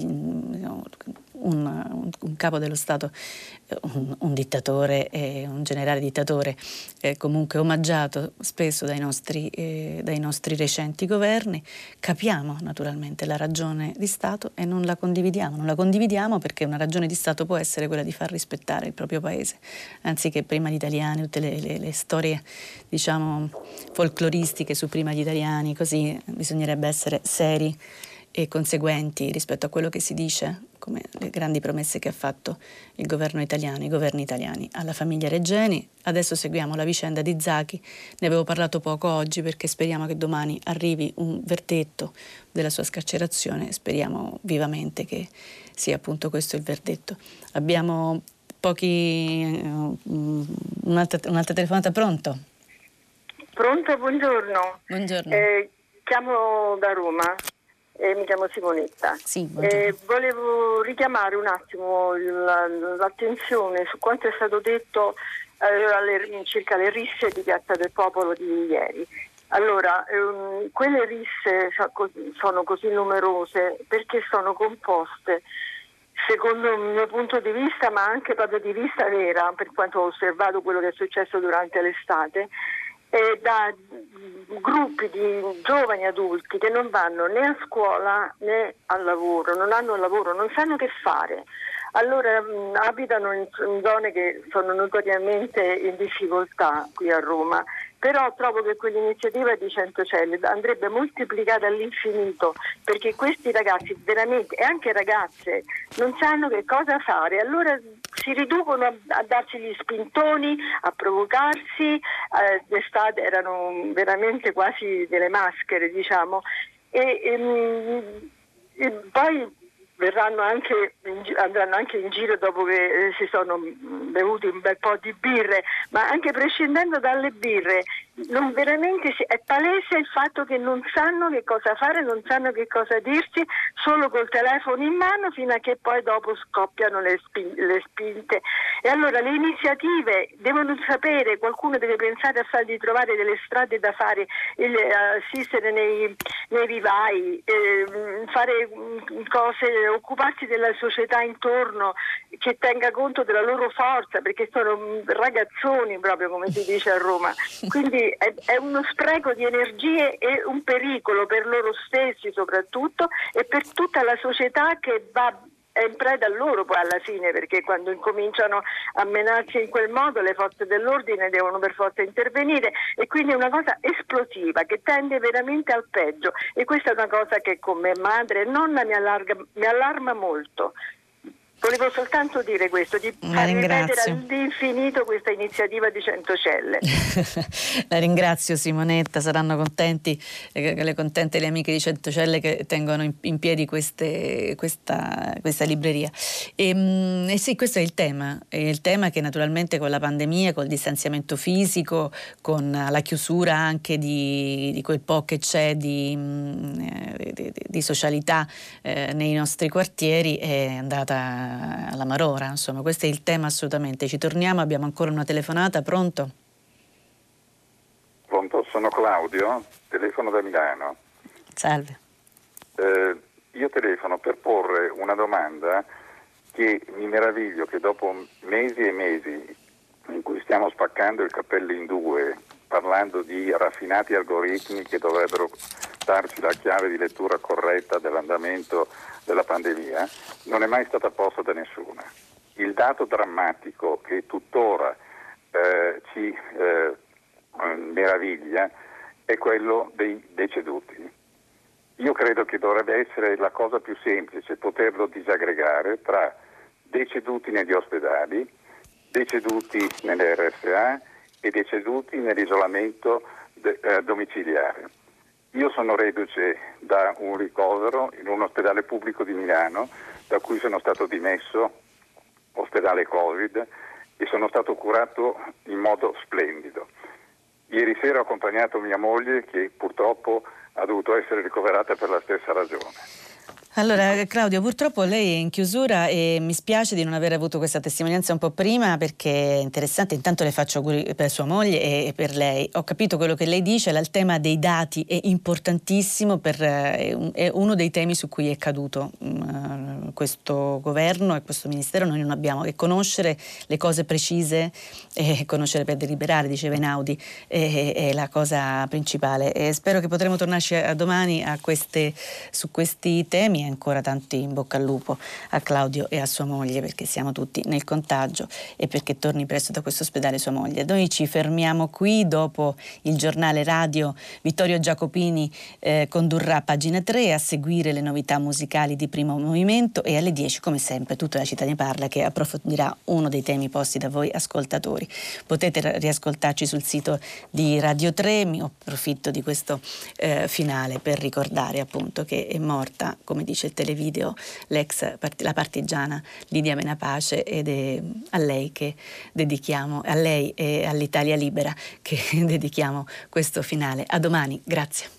un capo dello Stato, un dittatore, un generale dittatore, comunque omaggiato spesso dai nostri recenti governi. Capiamo naturalmente la ragione di Stato e non la condividiamo perché una ragione di Stato può essere quella di far rispettare il proprio paese, anziché prima gli italiani, tutte le storie diciamo folcloristiche su prima gli italiani, così bisognerebbe essere seri e conseguenti rispetto a quello che si dice, come le grandi promesse che ha fatto il governo italiano, i governi italiani alla famiglia Regeni. Adesso seguiamo la vicenda di Zaki, ne avevo parlato poco oggi perché speriamo che domani arrivi un verdetto della sua scarcerazione, speriamo vivamente che sia appunto questo il verdetto. Abbiamo un'altra telefonata, pronto? Pronto, buongiorno. Buongiorno. Chiamo da Roma. Mi chiamo Simonetta. Sì, volevo richiamare un attimo l'attenzione su quanto è stato detto circa le risse di Piazza del Popolo di ieri. Allora, quelle risse sono così numerose perché sono composte, secondo il mio punto di vista, ma anche proprio di vista vera, per quanto ho osservato quello che è successo durante l'estate, da gruppi di giovani adulti che non vanno né a scuola né al lavoro, non hanno lavoro, non sanno che fare. Allora abitano in zone che sono notoriamente in difficoltà qui a Roma, però trovo che quell'iniziativa di Centocelle andrebbe moltiplicata all'infinito, perché questi ragazzi veramente, e anche ragazze, non sanno che cosa fare, allora si riducono a darsi gli spintoni, a provocarsi. D'estate erano veramente quasi delle maschere, diciamo, e poi andranno anche in giro dopo che si sono bevuti un bel po' di birre, ma anche prescindendo dalle birre, è palese il fatto che non sanno che cosa fare, non sanno che cosa dirsi, solo col telefono in mano, fino a che poi dopo scoppiano le spinte. E allora le iniziative devono sapere, qualcuno deve pensare a fargli trovare delle strade da fare, assistere nei vivai, fare cose, occuparsi della società intorno che tenga conto della loro forza, perché sono ragazzoni proprio, come si dice a Roma, quindi è uno spreco di energie e un pericolo per loro stessi soprattutto e per tutta la società che è in preda a loro poi alla fine, perché quando incominciano a menarsi in quel modo le forze dell'ordine devono per forza intervenire, e quindi è una cosa esplosiva che tende veramente al peggio, e questa è una cosa che come madre e nonna mi allarma molto. Volevo soltanto dire questo, di far ripetere all'infinito questa iniziativa di Centocelle. La ringrazio Simonetta, saranno contente le amiche di Centocelle che tengono in piedi questa libreria. E sì, questo è il tema che naturalmente con la pandemia, col distanziamento fisico, con la chiusura anche di quel po' che c'è di socialità nei nostri quartieri, è andata alla marora, insomma, questo è il tema assolutamente. Ci torniamo, abbiamo ancora una telefonata, pronto? Pronto, sono Claudio, telefono da Milano. Salve. Io telefono per porre una domanda che mi meraviglio che dopo mesi e mesi in cui stiamo spaccando il cappello in due, parlando di raffinati algoritmi che dovrebbero darci la chiave di lettura corretta dell'andamento della pandemia, non è mai stata posta da nessuno. Il dato drammatico che tuttora ci meraviglia è quello dei deceduti. Io credo che dovrebbe essere la cosa più semplice poterlo disaggregare tra deceduti negli ospedali, deceduti nelle RSA e deceduti nell'isolamento domiciliare. Io sono reduce da un ricovero in un ospedale pubblico di Milano, da cui sono stato dimesso, ospedale Covid, e sono stato curato in modo splendido. Ieri sera ho accompagnato mia moglie che purtroppo ha dovuto essere ricoverata per la stessa ragione. Allora Claudio, purtroppo lei è in chiusura e mi spiace di non aver avuto questa testimonianza un po' prima, perché è interessante. Intanto le faccio auguri per sua moglie e per lei. Ho capito quello che lei dice, il tema dei dati è importantissimo, è uno dei temi su cui è caduto questo governo e questo ministero. Noi non abbiamo che conoscere le cose precise e conoscere per deliberare, diceva Einaudi, è la cosa principale. E spero che potremo tornarci a domani su questi temi. Ancora tanti in bocca al lupo a Claudio e a sua moglie, perché siamo tutti nel contagio e perché torni presto da questo ospedale sua moglie. Noi ci fermiamo qui. Dopo il giornale radio Vittorio Giacopini condurrà Pagina 3, a seguire le novità musicali di Primo Movimento e alle 10 come sempre Tutta la città ne parla, che approfondirà uno dei temi posti da voi ascoltatori. Potete riascoltarci sul sito di Radio 3. Mi approfitto di questo finale per ricordare appunto che è morta, come dice il televideo, la partigiana Lidia Menapace, ed è a lei che dedichiamo, a lei e all'Italia Libera che dedichiamo questo finale. A domani, grazie.